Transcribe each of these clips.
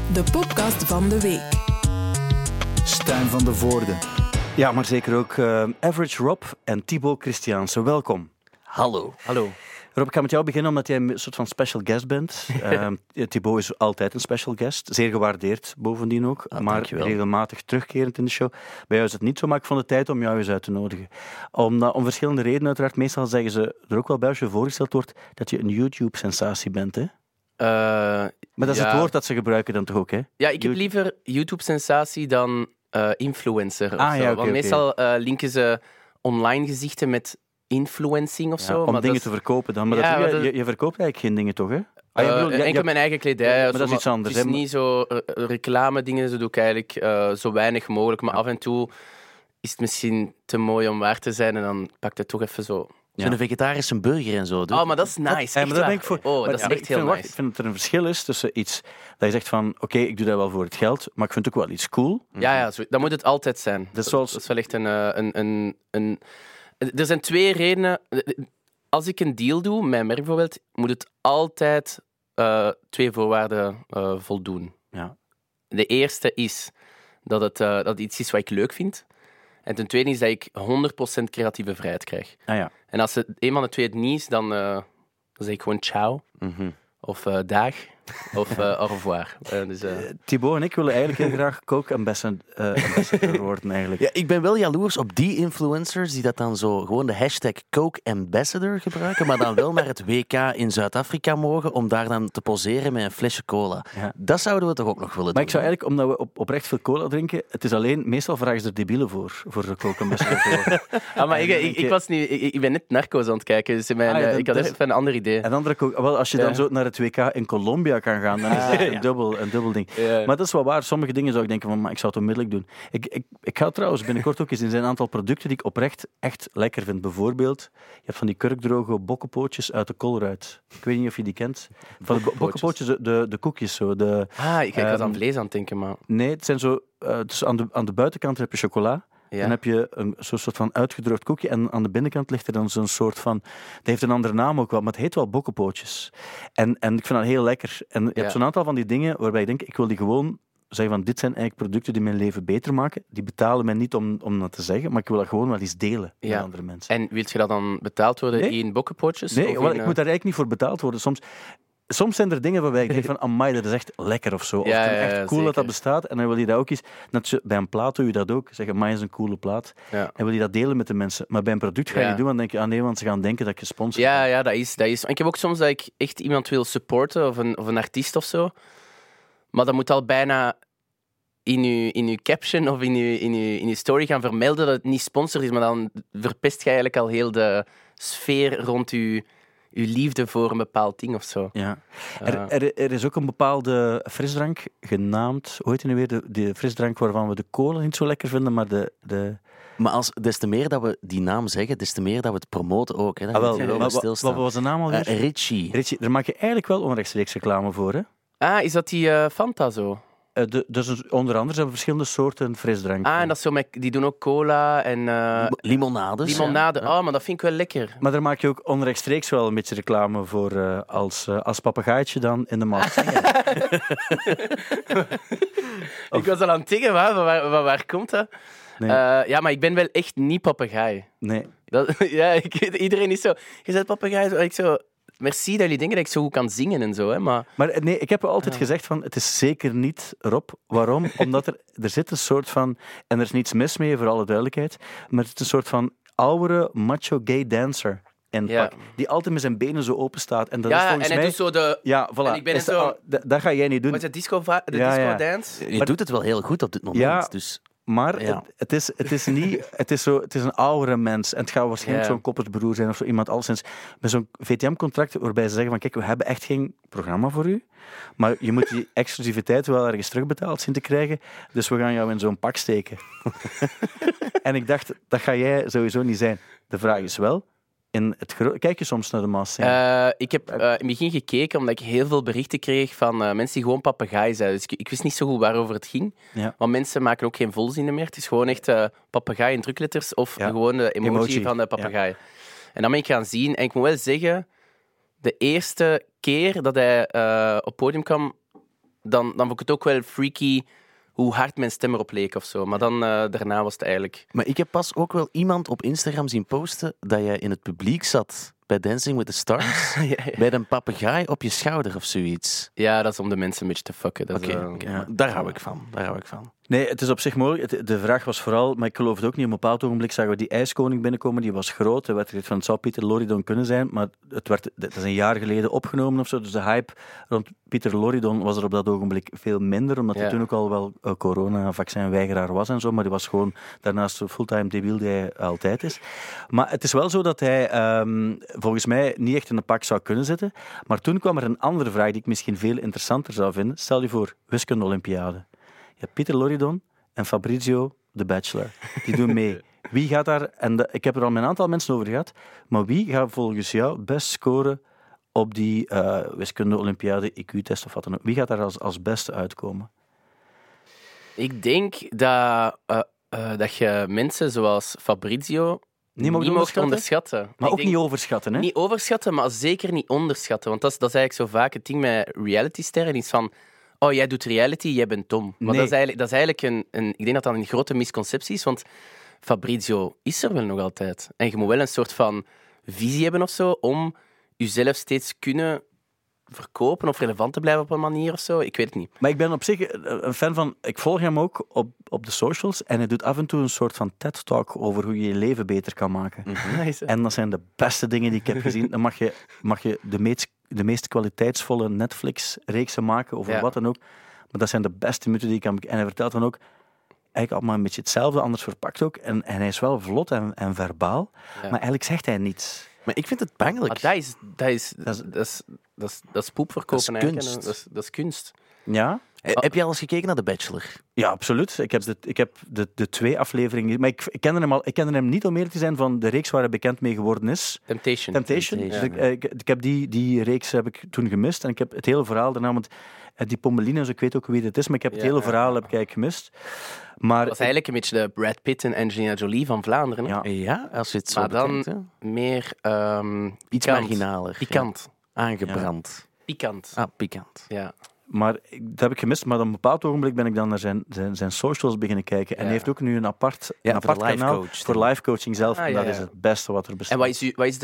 de podcast van de week. Stijn van de Voorde. Ja, maar zeker ook Average Rob en Thibaut Christiaanse. Welkom. Hallo. Rob, ik ga met jou beginnen omdat jij een soort van special guest bent. Thibaut is altijd een special guest. Zeer gewaardeerd bovendien ook. Maar dankjewel. Regelmatig terugkerend in de show. Bij jou is het niet zo, maar ik vond het tijd om jou eens uit te nodigen. Om verschillende redenen uiteraard. Meestal zeggen ze er ook wel bij als je voorgesteld wordt dat je een YouTube-sensatie bent, hè? Maar dat is het woord dat ze gebruiken dan toch ook, hè? Ja, ik heb liever YouTube-sensatie dan influencer. Of zo. Ja, Want meestal linken ze online gezichten met influencing of zo. Om maar dingen dat te verkopen dan. Maar Ja, dat, maar je verkoopt eigenlijk geen dingen, toch, hè? enkel mijn eigen kledij. maar dat is iets anders, Het is hè? niet zo reclame-dingen, dat doe ik eigenlijk zo weinig mogelijk. Maar af en toe is het misschien te mooi om waar te zijn en dan pakt het toch even zo. Zo'n vegetarische burger en zo. Oh, maar dat is nice. Ja, maar daar ben ik voor. Oh, Maar dat is ik echt heel vind, nice. Ik vind dat er een verschil is tussen iets dat je zegt van oké, ik doe dat wel voor het geld, maar ik vind het ook wel iets cool. Ja, dat moet het altijd zijn. Dat is zoals- Dat is wel echt een... Er zijn twee redenen. Als ik een deal doe, mijn merk bijvoorbeeld, moet het altijd twee voorwaarden voldoen. Ja. De eerste is dat het iets is wat ik leuk vind. En ten tweede is dat ik 100% creatieve vrijheid krijg. Ah, ja. En als een van de twee het niet is, dan zeg ik gewoon ciao. Of dag. Of au revoir. Thibaut en ik willen eigenlijk heel graag Coke ambassador worden eigenlijk. Ja, ik ben wel jaloers op die influencers die dat dan zo gewoon de hashtag Coke Ambassador gebruiken, maar dan wel naar het WK in Zuid-Afrika mogen om daar dan te poseren met een flesje cola. Ja. Dat zouden we toch ook nog willen Maar doen. ik zou eigenlijk, omdat we oprecht veel cola drinken, het is alleen, meestal vragen ze er debielen voor de Coke ambassador te worden. maar En dan denk ik ben net Narcos aan het kijken, dus ik had even een ander idee. En andere Coke, wel, als je dan zo naar het WK in Colombia kan gaan, dan is dat een dubbel ding. Ja. Maar dat is wel waar. Sommige dingen zou ik denken van, maar ik zou het onmiddellijk doen. Ik ga trouwens binnenkort ook eens in zijn aantal producten die ik oprecht echt lekker vind. Bijvoorbeeld, je hebt van die kurkdroge bokkenpootjes uit de Colruyt. Ik weet niet of je die kent. Van de bokkenpootjes, de koekjes zo. Ik was aan vlees aan het denken, maar... Nee, het zijn zo... dus aan de buitenkant heb je chocola. Ja. Dan heb je zo'n soort van uitgedroogd koekje en aan de binnenkant ligt er dan zo'n soort van... Dat heeft een andere naam ook wel, maar het heet wel bokkenpootjes. En ik vind dat heel lekker. En je hebt zo'n aantal van die dingen waarbij ik denk, ik wil die gewoon zeggen van, dit zijn eigenlijk producten die mijn leven beter maken. Die betalen mij niet om dat te zeggen, maar ik wil dat gewoon wel eens delen met andere mensen. En wilt je dat dan betaald worden in bokkenpootjes? Nee, of wel, in, ik moet daar eigenlijk niet voor betaald worden. Soms zijn er dingen waarbij ik denk van, amai, dat is echt lekker of zo. Of Ja, het is echt cool zeker. dat dat bestaat. En dan wil je dat ook eens... Bij een plaat doe je dat ook. Zeggen, amai, is een coole plaat. Ja. En wil je dat delen met de mensen. Maar bij een product ga je Ja. niet doen, want dan denk je, nee, want ze gaan denken dat ik gesponsord ben. Ja, dat is. En ik heb ook soms dat ik echt iemand wil supporten, of een artiest of zo. Maar dat moet al bijna in uw caption of in uw story gaan vermelden dat het niet sponsor is, maar dan verpest je eigenlijk al heel de sfeer rond uw liefde voor een bepaald ding of zo. Ja. Er is ook een bepaalde frisdrank genaamd, hoe heet die nu weer? De frisdrank waarvan we de cola niet zo lekker vinden, maar de... Maar des te meer dat we die naam zeggen, des te meer dat we het promoten ook. Hè. Dan moet je wel bij wat stilstaan. was de naam alweer? Richie. Richie, daar maak je eigenlijk wel onrechtstreeks reclame voor, hè? Is dat die Fanta zo? Dus onder andere zijn er verschillende soorten frisdrank. En dat is zo die doen ook cola en Limonades. limonade. Ja. Oh, maar dat vind ik wel lekker. Maar daar maak je ook onrechtstreeks wel een beetje reclame voor als papegaaitje dan in de markt. Ik was al aan het denken, waar komt dat? Nee. Maar ik ben wel echt niet papegaai. Nee. Ik weet, iedereen is zo... Je bent papegaai. Ik zo... Merci dat jullie denken dat ik zo goed kan zingen en zo, hè, maar... Maar nee, ik heb altijd gezegd van, het is zeker niet Rob. Waarom? Omdat er zit een soort van... En er is niets mis mee, voor alle duidelijkheid. Maar het is een soort van oudere, macho, gay dancer in het Ja. pak. Die altijd met zijn benen zo open staat. En dat is Ja, volgens en hij mij... doet zo de... Ja, voilà. En ik ben Is zo- dat ga jij niet doen. Wat is het, disco dance? Je doet het wel heel goed op dit moment. Ja. Dus Maar Ja. het is niet... Het is een oudere mens. En het gaat waarschijnlijk Ja. zo'n koppersbroer zijn of zo iemand alleszins. Met zo'n VTM-contract waarbij ze zeggen van kijk, we hebben echt geen programma voor u. Maar je moet die exclusiviteit wel ergens terugbetaald zien te krijgen. Dus we gaan jou in zo'n pak steken. En ik dacht, dat ga jij sowieso niet zijn. De vraag is wel... Kijk je soms naar de Maas Singer? Ik heb in het begin gekeken omdat ik heel veel berichten kreeg van mensen die gewoon papegaai zijn. Dus ik wist niet zo goed waarover het ging. Ja. Want mensen maken ook geen volzinnen meer. Het is gewoon echt papegaai in drukletters of Ja. gewoon de emoji van de papegaai. En dan ben ik gaan zien. En ik moet wel zeggen, de eerste keer dat hij op podium kwam, dan vond ik het ook wel freaky hoe hard mijn stem erop leek of zo. Maar dan daarna was het eigenlijk... Maar ik heb pas ook wel iemand op Instagram zien posten dat jij in het publiek zat bij Dancing with the Stars, bij een papegaai op je schouder of zoiets. Ja, dat is om de mensen een beetje te fucken. Dat is, Oké. Daar hou ik van. Nee, het is op zich mooi. De vraag was vooral, maar ik geloof het ook niet, op een bepaald ogenblik zagen we die ijskoning binnenkomen, die was groot. Er werd gezegd van, het zou Pieter Loridon kunnen zijn, maar dat is een jaar geleden opgenomen of zo. Dus de hype rond Pieter Loridon was er op dat ogenblik veel minder, omdat hij toen ook al wel corona-vaccinweigeraar was en zo, maar die was gewoon daarnaast zo fulltime debiel die hij altijd is. Maar het is wel zo dat hij volgens mij niet echt in een pak zou kunnen zitten. Maar toen kwam er een andere vraag die ik misschien veel interessanter zou vinden. Stel je voor, wiskunde-olympiade. Je hebt Pieter Loridon en Fabrizio de Bachelor. Die doen mee. Wie gaat daar, en ik heb er al met een aantal mensen over gehad, maar wie gaat volgens jou best scoren op die wiskunde-olympiade, IQ-test of wat dan ook? Wie gaat daar als beste uitkomen? Ik denk dat je mensen zoals Fabrizio Niet mocht onderschatten. Maar ik ook denk, niet overschatten, hè? niet overschatten, maar zeker niet onderschatten. Want dat is eigenlijk zo vaak het ding met realitysterren. Iets van, oh, jij doet reality, jij bent dom. Maar Nee. dat is eigenlijk ik denk dat dat een grote misconceptie is, want Fabrizio is er wel nog altijd. En je moet wel een soort van visie hebben of zo, om jezelf steeds kunnen verkopen of relevant te blijven op een manier of zo. Ik weet het niet. Maar ik ben op zich een fan van... Ik volg hem ook op de socials en hij doet af en toe een soort van TED-talk over hoe je je leven beter kan maken. Nice, hè? En dat zijn de beste dingen die ik heb gezien. Dan mag je de meest kwaliteitsvolle Netflix-reeksen maken over wat dan ook. Maar dat zijn de beste minuten die ik kan bekijken. En hij vertelt dan ook eigenlijk allemaal een beetje hetzelfde, anders verpakt ook. En hij is wel vlot en verbaal, maar eigenlijk zegt hij niets. Maar ik vind het bangelijk. Maar dat is poepverkopen Dat is eigenlijk. kunst. Dat is kunst. Ja? Heb je al eens gekeken naar The Bachelor? Ja, absoluut. Ik heb de 2 afleveringen... Maar ik kende hem niet, om eerlijk te zijn, van de reeks waar hij bekend mee geworden is. Temptation. Dus ik heb die reeks heb ik toen gemist. En ik heb het hele verhaal daarna... Want die Pommeline, ik weet ook wie het is, maar ik heb het hele verhaal heb ik eigenlijk gemist. Maar Dat was eigenlijk een beetje de Brad Pitt en Angelina Jolie van Vlaanderen. Hè? Ja. Ja, als je het zo Maar dan bekijkt, hè? meer Iets pikant. marginaler. Pikant. Ja. Aangebrand. Pikant. Ah, pikant. Ja. Maar dat heb ik gemist. Maar op een bepaald ogenblik ben ik dan naar zijn socials beginnen kijken. En hij heeft ook nu een apart voor de life kanaal coach, voor live coaching zelf. Ah, en dat ja. is het beste wat er bestaat. En wat is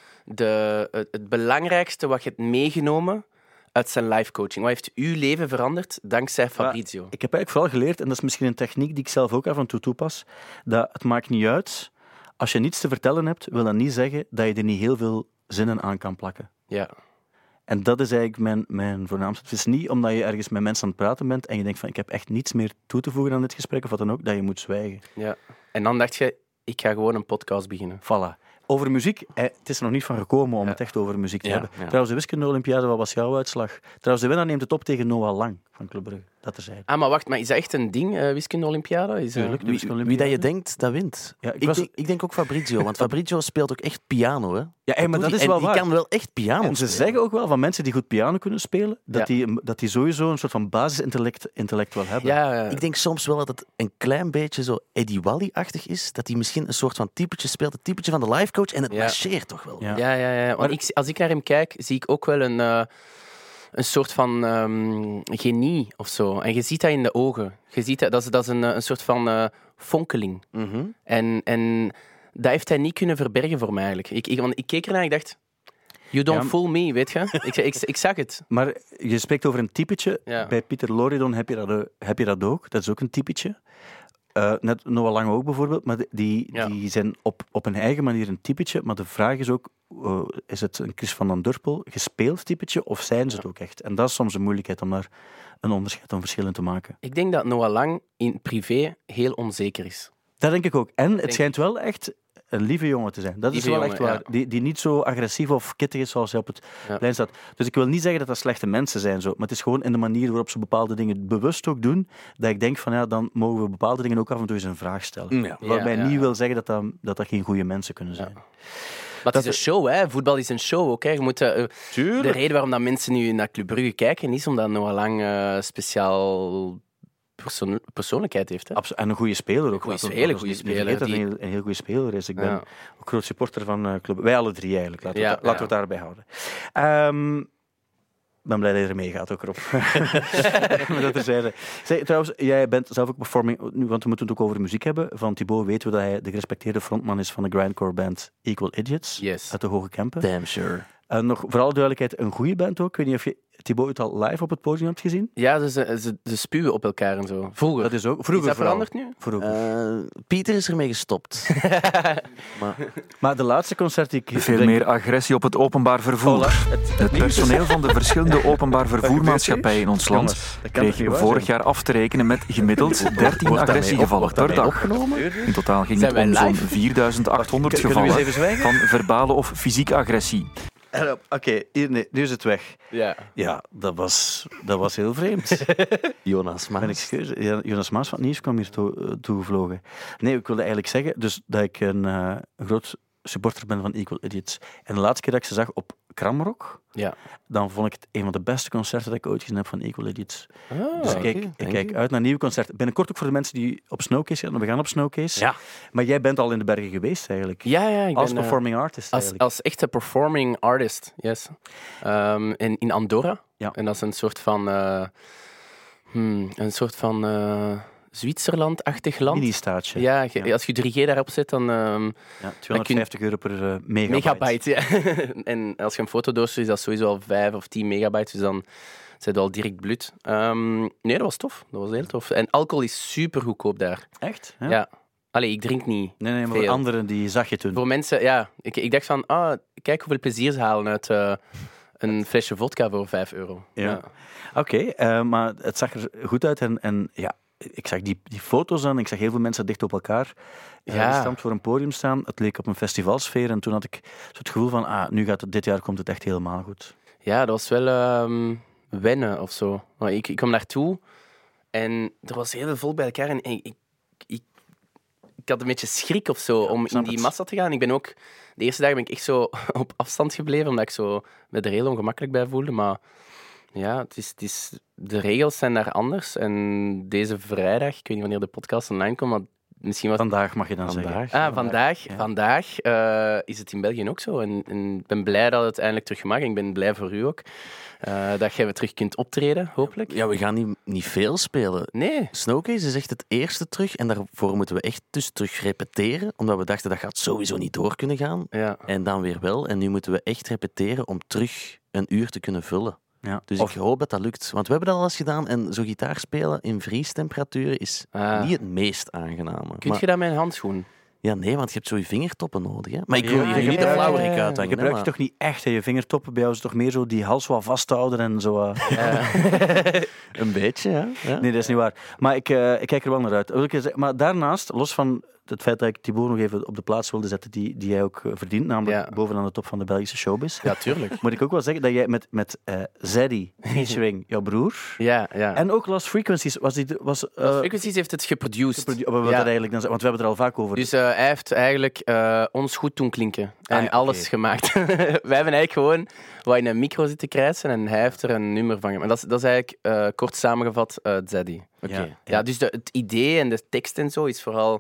het belangrijkste wat je hebt meegenomen uit zijn live coaching? Wat heeft uw leven veranderd dankzij Fabrizio? Ik heb eigenlijk vooral geleerd, en dat is misschien een techniek die ik zelf ook af en toe toepas, dat het maakt niet uit. Als je niets te vertellen hebt, wil dat niet zeggen dat je er niet heel veel zinnen aan kan plakken. Ja. En dat is eigenlijk mijn voornaamste. Het is niet omdat je ergens met mensen aan het praten bent en je denkt van ik heb echt niets meer toe te voegen aan dit gesprek of wat dan ook, dat je moet zwijgen. Ja. En dan dacht je, ik ga gewoon een podcast beginnen. Voilà. Over muziek, het is er nog niet van gekomen om het echt over muziek te hebben. Trouwens, de wiskunde-olympiade, wat was jouw uitslag? Trouwens, de winnaar neemt het op tegen Noah Lang van Club Brugge. Dat is eigenlijk. Ah, maar wacht, maar is dat echt een ding, wiskunde-olympiade? Tuurlijk, de Wie wiskunde-olympiade. dat je denkt, dat wint. Ja, Ik denk ook Fabrizio, want Fabrizio speelt ook echt piano. Hè? Ja, maar dat is en wel die waar. kan wel echt piano En ze spelen. zeggen ook wel van mensen die goed piano kunnen spelen, dat die sowieso een soort van basisintellect wel hebben. Ja, Ik denk soms wel dat het een klein beetje zo Eddie Wally-achtig is. Dat hij misschien een soort van typetje speelt. Het typetje van de life-coach. En het marcheert toch wel. Ja. ja. Want als ik naar hem kijk, zie ik ook wel een soort van genie of zo. En je ziet dat in de ogen. Je ziet dat is een soort van fonkeling. Mhm. En dat heeft hij niet kunnen verbergen voor mij eigenlijk. Want ik keek ernaar en ik dacht... You don't fool me, weet je? Ik zag het. Maar je spreekt over een typetje. Ja. Bij Pieter Loridon heb je dat ook. Dat is ook een typetje. Net Noah Lang ook bijvoorbeeld. Maar die zijn op een eigen manier een typetje. Maar de vraag is ook, is het een Chris van den Durpel gespeeld typetje of zijn ze het ook echt? En dat is soms een moeilijkheid om daar een onderscheid, een verschil in te maken. Ik denk dat Noah Lang in privé heel onzeker is. Dat denk ik ook. En het schijnt wel echt een lieve jongen te zijn. Dat Lieve is wel jongen, echt waar. Die niet zo agressief of kittig is zoals hij op het plein staat. Dus ik wil niet zeggen dat dat slechte mensen zijn, zo, maar het is gewoon in de manier waarop ze bepaalde dingen bewust ook doen, dat ik denk van ja, dan mogen we bepaalde dingen ook af en toe eens een vraag stellen. Ja. Waarbij niet wil zeggen dat geen goede mensen kunnen zijn. Maar het is een show, hè. Voetbal is een show ook, hè. Je moet, de reden waarom dat mensen nu naar Club Brugge kijken, is omdat Noah Lang speciaal persoonlijkheid heeft. Hè? En een goede speler ook. Een hele goede speler. Vergeet dat een heel goede speler is. Ik ben ook groot supporter van Club. Wij alle drie eigenlijk. Laten we het daarbij houden. ben blij dat je ermee gaat ook, Rob. Maar dat terzijde. Zeg, trouwens, jij bent zelf ook performing, want we moeten het ook over muziek hebben. Van Thibaut weten we dat hij de gerespecteerde frontman is van de grindcore band Equal Idiots. Yes. Uit de Hoge Kempen. Damn sure. En nog voor alle duidelijkheid, een goede band ook. Ik weet niet of je Thibaut het al live op het podium hebt gezien. Ja, ze spuwen op elkaar en zo. Vroeger. Dat is ook Is vroeger dat vooral. veranderd nu? Vroeger. Pieter is ermee gestopt. Maar de laatste concert die ik... Veel meer agressie op het openbaar vervoer. Het personeel van de verschillende openbaar vervoermaatschappijen in ons land kreeg vorig jaar af te rekenen met gemiddeld 13 agressiegevallen per dag. In totaal ging het Zijn om wij zo'n live? 4800 Kunnen we eens even gevallen zwijgen? van verbale of fysieke agressie. Oké, nee, nu is het weg. Ja. Ja, dat was heel vreemd. Jonas Mijn Maas. excuus. Ja, Jonas Maas van het Nieuws kwam hier toegevlogen. Nee, ik wilde eigenlijk zeggen dus dat ik een groot supporter ben van Equal Idiots. En de laatste keer dat ik ze zag op Kramrock, Ja. dan vond ik het een van de beste concerten dat ik ooit gezien heb van Equal Idiots. Dus Ah, ik kijk uit naar nieuwe concerten. Binnenkort ook voor de mensen die op Snowcase gaan. We gaan op Snowcase. Ja. Maar jij bent al in de bergen geweest eigenlijk. ja, ik Als ben, performing artist eigenlijk. als echte performing artist, yes. In Andorra. Ja. En dat is een soort van Zwitserland-achtig land. Mini-staatje. Ja, Ja. als je 3G daarop zet, dan Ja, €250 per megabyte. megabyte. Ja. En als je een foto doorstuurt, is dat sowieso al 5 of 10 megabyte. Dus dan zijn we al direct blut. Nee, dat was tof. Dat was heel tof. En alcohol is super goedkoop daar. Echt? Ja. Allee, ik drink niet. Nee, maar voor Veel. anderen die zag je toen. Voor mensen, ja. Ik dacht van, kijk hoeveel plezier ze halen uit een flesje vodka voor €5. Ja. Oké, maar het zag er goed uit en ja, ik zag die foto's aan, ik zag heel veel mensen dicht op elkaar gestampt voor een podium staan. Het leek op een festivalsfeer en toen had ik zo het gevoel van, nu gaat het, dit jaar komt het echt helemaal goed. Ja, dat was wel wennen of zo. Maar ik kwam naartoe en er was heel veel volk bij elkaar en ik had een beetje schrik of zo om snap in die het. massa te gaan. Ik ben ook... De eerste dagen ben ik echt zo op afstand gebleven, omdat ik zo me er heel ongemakkelijk bij voelde. Maar ja, de regels zijn daar anders. En deze vrijdag, ik weet niet wanneer de podcast online komt, maar misschien was... Vandaag mag je dan zeggen. Vandaag is het in België ook zo. En ik ben blij dat het eindelijk terug mag. En ik ben blij voor u ook. Dat jij weer terug kunt optreden, hopelijk. Ja, we gaan niet veel spelen. Nee. Snowcase is echt het eerste terug. En daarvoor moeten we echt dus terug repeteren. Omdat we dachten, dat gaat sowieso niet door kunnen gaan. Ja. En dan weer wel. En nu moeten we echt repeteren om terug een uur te kunnen vullen. Ja. Dus ik hoop dat dat lukt. Want we hebben dat al eens gedaan. En zo gitaar spelen in vriestemperaturen is niet het meest aangename. Kun je dat met een handschoen? Ja, nee, want je hebt zo je vingertoppen nodig. Hè? Maar ik wil Ja, hier niet de ja, flauwerik Je uithangen. gebruikt je toch niet echt, hè? Je vingertoppen bij jou is toch meer zo die hals wat vasthouden en zo. Een beetje, ja. Nee, dat is niet waar. Maar ik kijk er wel naar uit. Wil ik je zeggen, maar daarnaast, los van het feit dat ik Thibaut nog even op de plaats wilde zetten die hij ook verdient, namelijk bovenaan de top van de Belgische showbiz, Ja, tuurlijk. moet ik ook wel zeggen dat jij met Zeddy featuring jouw broer Ja. en ook Lost Frequencies Lost Frequencies heeft het geproduced. wat dat eigenlijk dan, want we hebben het er al vaak over. Dus hij heeft eigenlijk ons goed doen klinken. En ja, alles oké. gemaakt. Wij hebben eigenlijk gewoon wat in een micro zitten krijsen en hij heeft er een nummer van gemaakt. Dat is eigenlijk kort samengevat Zeddy. Oké. Ja, dus het idee en de tekst en zo is vooral...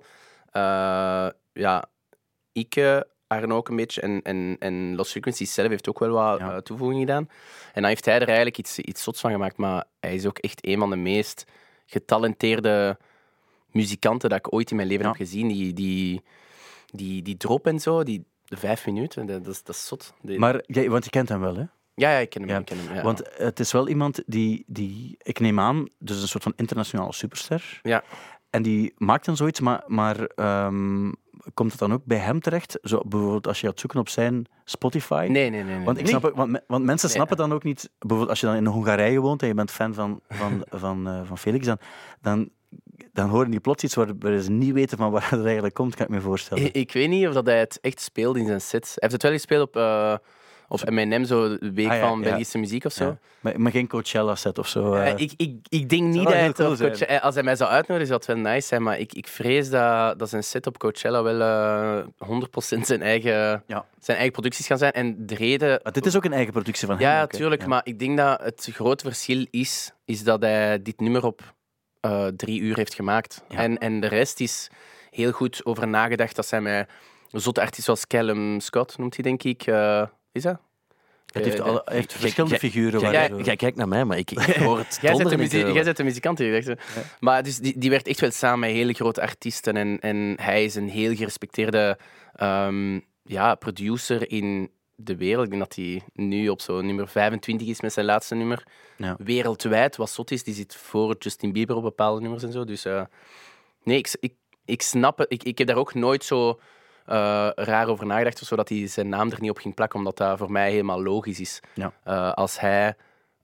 Ike, Arno ook een beetje en Lost Frequencies zelf heeft ook wel wat toevoegingen gedaan. En dan heeft hij er eigenlijk iets zots van gemaakt, maar hij is ook echt een van de meest getalenteerde muzikanten dat ik ooit in mijn leven heb gezien. Die drop en zo, de 5 minuten, dat is zot. Maar, want je kent hem wel, hè? Ja, ik ken hem. Ja. Ik ken hem ja. Want het is wel iemand die ik neem aan, dus een soort van internationale superster. Ja. En die maakt dan zoiets, maar komt het dan ook bij hem terecht? Zo, bijvoorbeeld als je gaat zoeken op zijn Spotify? Nee. Want, ik snap ook, want mensen snappen dan ook niet... Bijvoorbeeld als je dan in Hongarije woont en je bent fan van Felix, dan horen die plots iets waar ze niet weten van waar het eigenlijk komt, kan ik me voorstellen. Ik weet niet of dat hij het echt speelt in zijn sets. Hij heeft het wel gespeeld op M&M, zo de week van Belgische muziek of zo. Ja. Maar geen Coachella-set of zo? Ik denk niet wel dat hij heel het cool op Coachella... Als hij mij zou uitnodigen, zou het wel nice zijn, maar ik vrees dat zijn set op Coachella wel 100% zijn eigen producties gaan zijn. En de reden... Maar dit is ook een eigen productie van hem. Ja, ook, hè? tuurlijk, maar ik denk dat het grote verschil is dat hij dit nummer op 3 uur heeft gemaakt. Ja. En de rest is heel goed over nagedacht. Dat zijn met zotte artiesten zoals Callum Scott, noemt hij denk ik. Is dat? Hij heeft verschillende figuren. Jij kijkt naar mij, maar ik hoor het Jij donder niet. Jij bent de muzikant hier. Ja. Maar dus die werkt echt wel samen met hele grote artiesten. En hij is een heel gerespecteerde producer in de wereld. Ik denk dat hij nu op zo'n nummer 25 is met zijn laatste nummer. Ja. Wereldwijd, wat zot is. Die zit voor Justin Bieber op bepaalde nummers en zo. Dus nee, ik snap het. Ik heb daar ook nooit zo raar over nagedacht, zodat hij zijn naam er niet op ging plakken, omdat dat voor mij helemaal logisch is. Ja. Als hij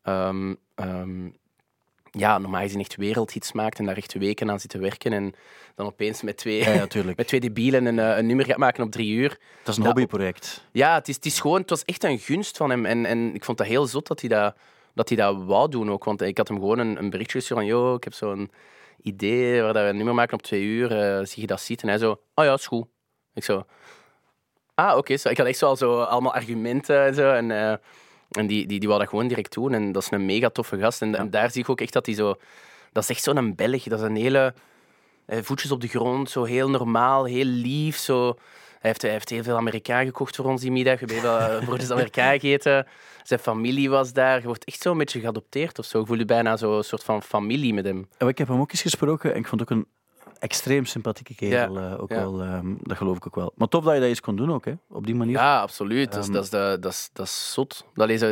normaal gezien echt wereldhits maakt en daar echt weken aan zit te werken en dan opeens met twee debielen een nummer gaat maken op 3 uur. Dat is een hobbyproject. Ja, het was echt een gunst van hem. En ik vond dat heel zot dat hij dat wou doen ook. Want ik had hem gewoon een berichtje gestuurd van ik heb zo'n idee waar we een nummer maken op 2 uur. Zie je dat zitten? En hij zo, ja, is goed. Ik zo, oké. Ik had echt zo allemaal argumenten en zo. En die wou dat gewoon direct doen. En dat is een mega toffe gast. En daar zie ik ook echt dat hij zo... Dat is echt zo'n Belg. Dat is een hele... voetjes op de grond, zo heel normaal, heel lief. Zo. Hij heeft heel veel Amerikaan gekocht voor ons die middag. We hebben heel broodjes Amerikaan gegeten. Zijn familie was daar. Je wordt echt zo'n beetje geadopteerd of zo. Je voelt je bijna zo'n soort van familie met hem. Ik heb hem ook eens gesproken en ik vond ook een extreem sympathieke kerel. Dat geloof ik ook wel. Maar tof dat je dat eens kon doen ook, hè? Op die manier. Ja, absoluut. Dat is zot.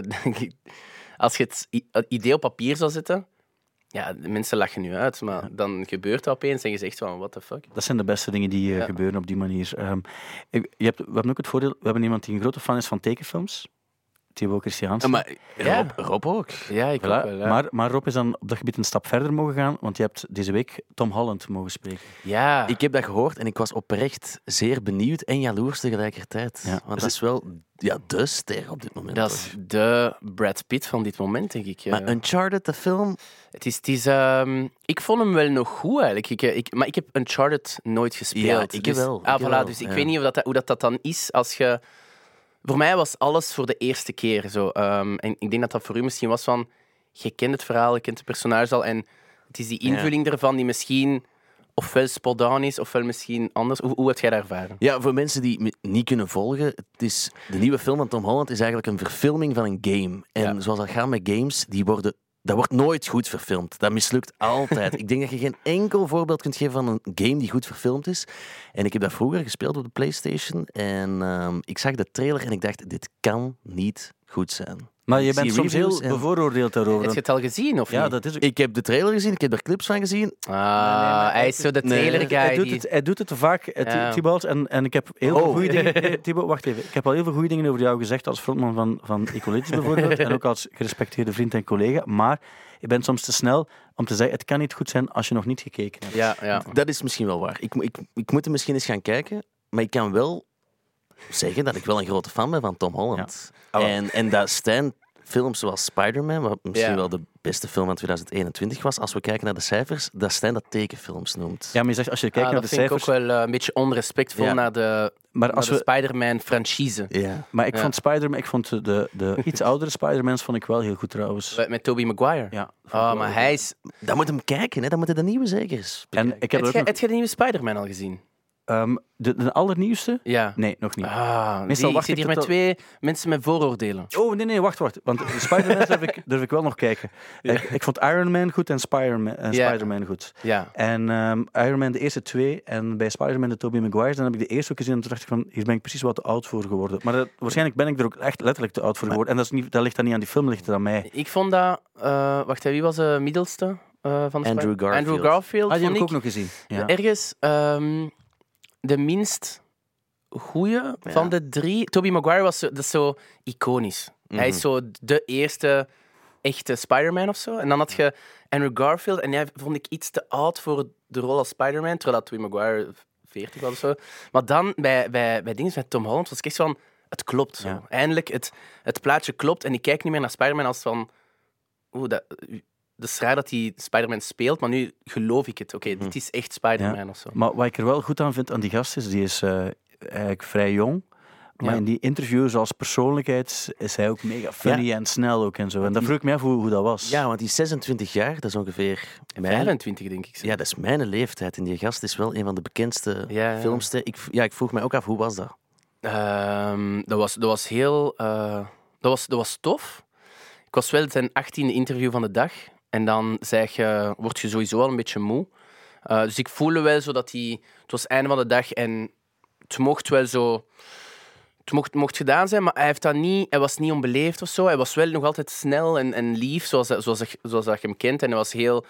Als je het idee op papier zou zetten... Ja, de mensen lachen nu uit, maar dan gebeurt dat opeens en je zegt van, what the fuck. Dat zijn de beste dingen die gebeuren op die manier. We hebben ook het voordeel, we hebben iemand die een grote fan is van tekenfilms. Thibaut Christiaansen. Maar Rob ook. Ja, ik ook wel. Ja. Maar Rob is dan op dat gebied een stap verder mogen gaan, want je hebt deze week Tom Holland mogen spreken. Ja. Ik heb dat gehoord en ik was oprecht zeer benieuwd en jaloers tegelijkertijd. Ja. Want dat is wel de ster op dit moment. Dat is de Brad Pitt van dit moment, denk ik. Maar Uncharted, de film... Ik vond hem wel nog goed, eigenlijk. Maar ik heb Uncharted nooit gespeeld. Ja, ik wel. Dus ik weet niet hoe dat dan is als je... Voor mij was alles voor de eerste keer zo. En ik denk dat dat voor u misschien was van... Je kent het verhaal, je kent de personage al. En het is die invulling ervan die misschien ofwel spot on is, ofwel misschien anders. Hoe heb jij dat ervaren? Ja, voor mensen die niet kunnen volgen, het is, de nieuwe film van Tom Holland is eigenlijk een verfilming van een game. En zoals dat gaat met games, dat wordt nooit goed verfilmd. Dat mislukt altijd. Ik denk dat je geen enkel voorbeeld kunt geven van een game die goed verfilmd is. En ik heb dat vroeger gespeeld op de PlayStation. En ik zag de trailer en ik dacht, dit kan niet goed zijn. Maar je bent soms heel bevooroordeeld daarover. Heb je het al gezien, of ja, niet? Dat is ook... Ik heb de trailer gezien, ik heb er clips van gezien. Hij is zo de trailer-guy. Hij doet het te vaak, Thibaut. En ik heb heel veel goede dingen... Thibaut, wacht even. Ik heb al heel veel goede dingen over jou gezegd als frontman van Ecologisch bijvoorbeeld. En ook als gerespecteerde vriend en collega. Maar je bent soms te snel om te zeggen, het kan niet goed zijn als je nog niet gekeken hebt. Ja. Dat is misschien wel waar. Ik moet er misschien eens gaan kijken, maar ik kan wel zeggen dat ik wel een grote fan ben van Tom Holland. Ja. En dat Stijn films zoals Spider-Man, wat misschien wel de beste film van 2021 was, als we kijken naar de cijfers, dat Stijn dat tekenfilms noemt. Ja, maar je zegt, als je kijkt naar de cijfers... Dat vind ik ook wel een beetje onrespectvol naar de Spider-Man-franchise. Ja. Maar ik vond Spider-Man, de iets oudere Spider-Mans vond ik wel heel goed trouwens. Met Tobey Maguire? Ja. Maar hij is... Dan moet hem kijken, hè. Dan moeten de nieuwe zeker eens. Heb je de nieuwe Spider-Man al gezien? De allernieuwste? Ja. Nee, nog niet. Meestal ik zit hier met 2 mensen met vooroordelen. Oh, nee, wacht. Want Spider-Man durf ik wel nog kijken. Ik vond Iron Man goed en Spider-Man goed. Ja. En Iron Man de eerste 2 en bij Spider-Man de Tobey Maguire, dan heb ik de eerste ook gezien en toen dacht ik van, hier ben ik precies wat te oud voor geworden. Maar waarschijnlijk ben ik er ook echt letterlijk te oud voor geworden. En dat ligt dan niet aan die film, dat ligt aan mij. Ik vond dat... wacht, wie was de middelste van de Andrew Garfield. Andrew Garfield. Die heb ik ook nog gezien. Ja. Ergens... de minst goeie van de 3. Tobey Maguire dat is zo iconisch. Hij is zo de eerste echte Spider-Man of zo. En dan had je Andrew Garfield. En hij vond ik iets te oud voor de rol als Spider-Man. Terwijl Tobey Maguire 40 was of zo. Maar dan bij dingen met Tom Holland was ik echt van... Het klopt zo. Ja. Eindelijk, het plaatje klopt. En ik kijk niet meer naar Spider-Man als van... Dat is raar dat hij Spider-Man speelt, maar nu geloof ik het. Oké, dit is echt Spider-Man of zo. Maar wat ik er wel goed aan vind aan die gast is, die is eigenlijk vrij jong. Maar in die interviews als persoonlijkheid is hij ook mega funny en snel ook en zo. En dat vroeg ik me af hoe dat was. Ja, want die is 26 jaar, dat is ongeveer... 25, denk ik. Zo. Ja, dat is mijn leeftijd. En die gast is wel een van de bekendste filmsterren. Ik vroeg mij ook af, hoe was dat? Dat was heel... Dat was tof. Ik was wel zijn 18e interview van de dag. En dan word je sowieso al een beetje moe. Dus ik voelde wel zo dat het was het einde van de dag en het mocht wel zo... Het mocht gedaan zijn, maar hij was niet onbeleefd of zo. Hij was wel nog altijd snel en lief, zoals dat je hem kent. En hij was heel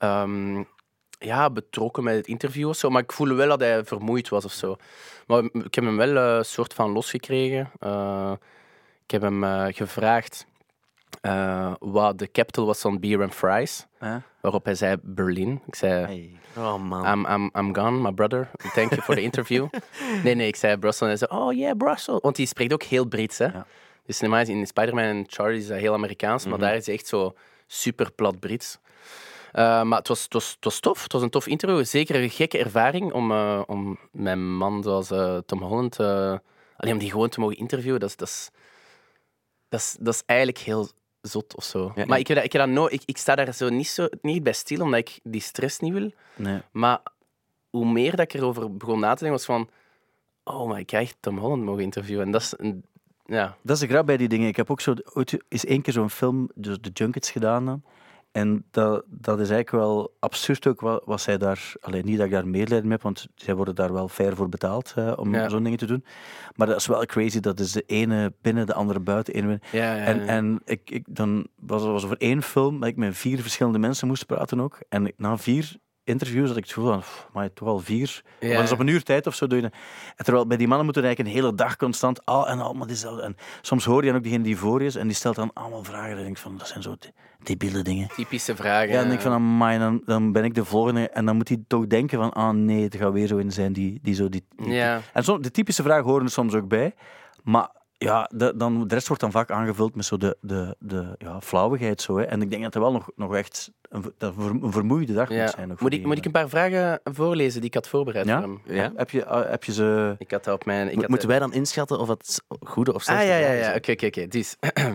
betrokken met het interview of zo. Maar ik voelde wel dat hij vermoeid was of zo. Maar ik heb hem wel een soort van losgekregen. Ik heb hem gevraagd wat de capital was van beer and fries. Waarop hij zei Berlin. Ik zei... Hey. Oh man. I'm gone, my brother. Thank you for the interview. Nee, ik zei Brussels. En hij zei, oh yeah, Brussels. Want hij spreekt ook heel Brits, hè. Ja. Dus normaal in Spider-Man en Charlie is dat heel Amerikaans, maar daar is hij echt zo super plat Brits. Maar het was tof. Het was een tof interview. Zeker een gekke ervaring om mijn man zoals Tom Holland... om die gewoon te mogen interviewen, dat is eigenlijk heel... zot of zo. Ja, maar ik sta daar zo niet bij stil, omdat ik die stress niet wil. Nee. Maar hoe meer dat ik erover begon na te denken, was van... Oh, maar ik krijg Tom Holland mogen interviewen. En dat is... Dat is de grap bij die dingen. Ik heb ook eens 1 keer zo'n film, dus de Junkets, gedaan dan. En dat is eigenlijk wel absurd ook wat zij daar... Alleen niet dat ik daar medelijden mee heb, want zij worden daar wel fair voor betaald om zo'n dingen te doen. Maar dat is wel crazy. Dat is de ene binnen, de andere buiten. En dan was er voor 1 film dat ik met 4 verschillende mensen moest praten ook. En na 4 interviews had ik het gevoel van, maar toch al 4. Ja. Dat is op een uur tijd of zo. En terwijl bij die mannen moeten eigenlijk een hele dag constant en allemaal dezelfde. En soms hoor je dan ook diegene die voor je is en die stelt dan allemaal vragen. En denk van, dat zijn zo debiele dingen. Typische vragen. Ja, dan denk ik van, amai, dan ben ik de volgende. En dan moet hij toch denken van, nee, het gaat weer zo in zijn die Ja. En de typische vragen horen er soms ook bij. Maar ja, de rest wordt dan vaak aangevuld met zo de flauwigheid. Zo, hè. En ik denk dat het wel nog echt een vermoeide dag moet zijn. Moet ik een paar vragen voorlezen die ik had voorbereid voor hem? Ja? Heb je ze... Ik had dat op mijn... Moeten wij dan inschatten of het goede of slechte vragen zijn? Oké. Dus...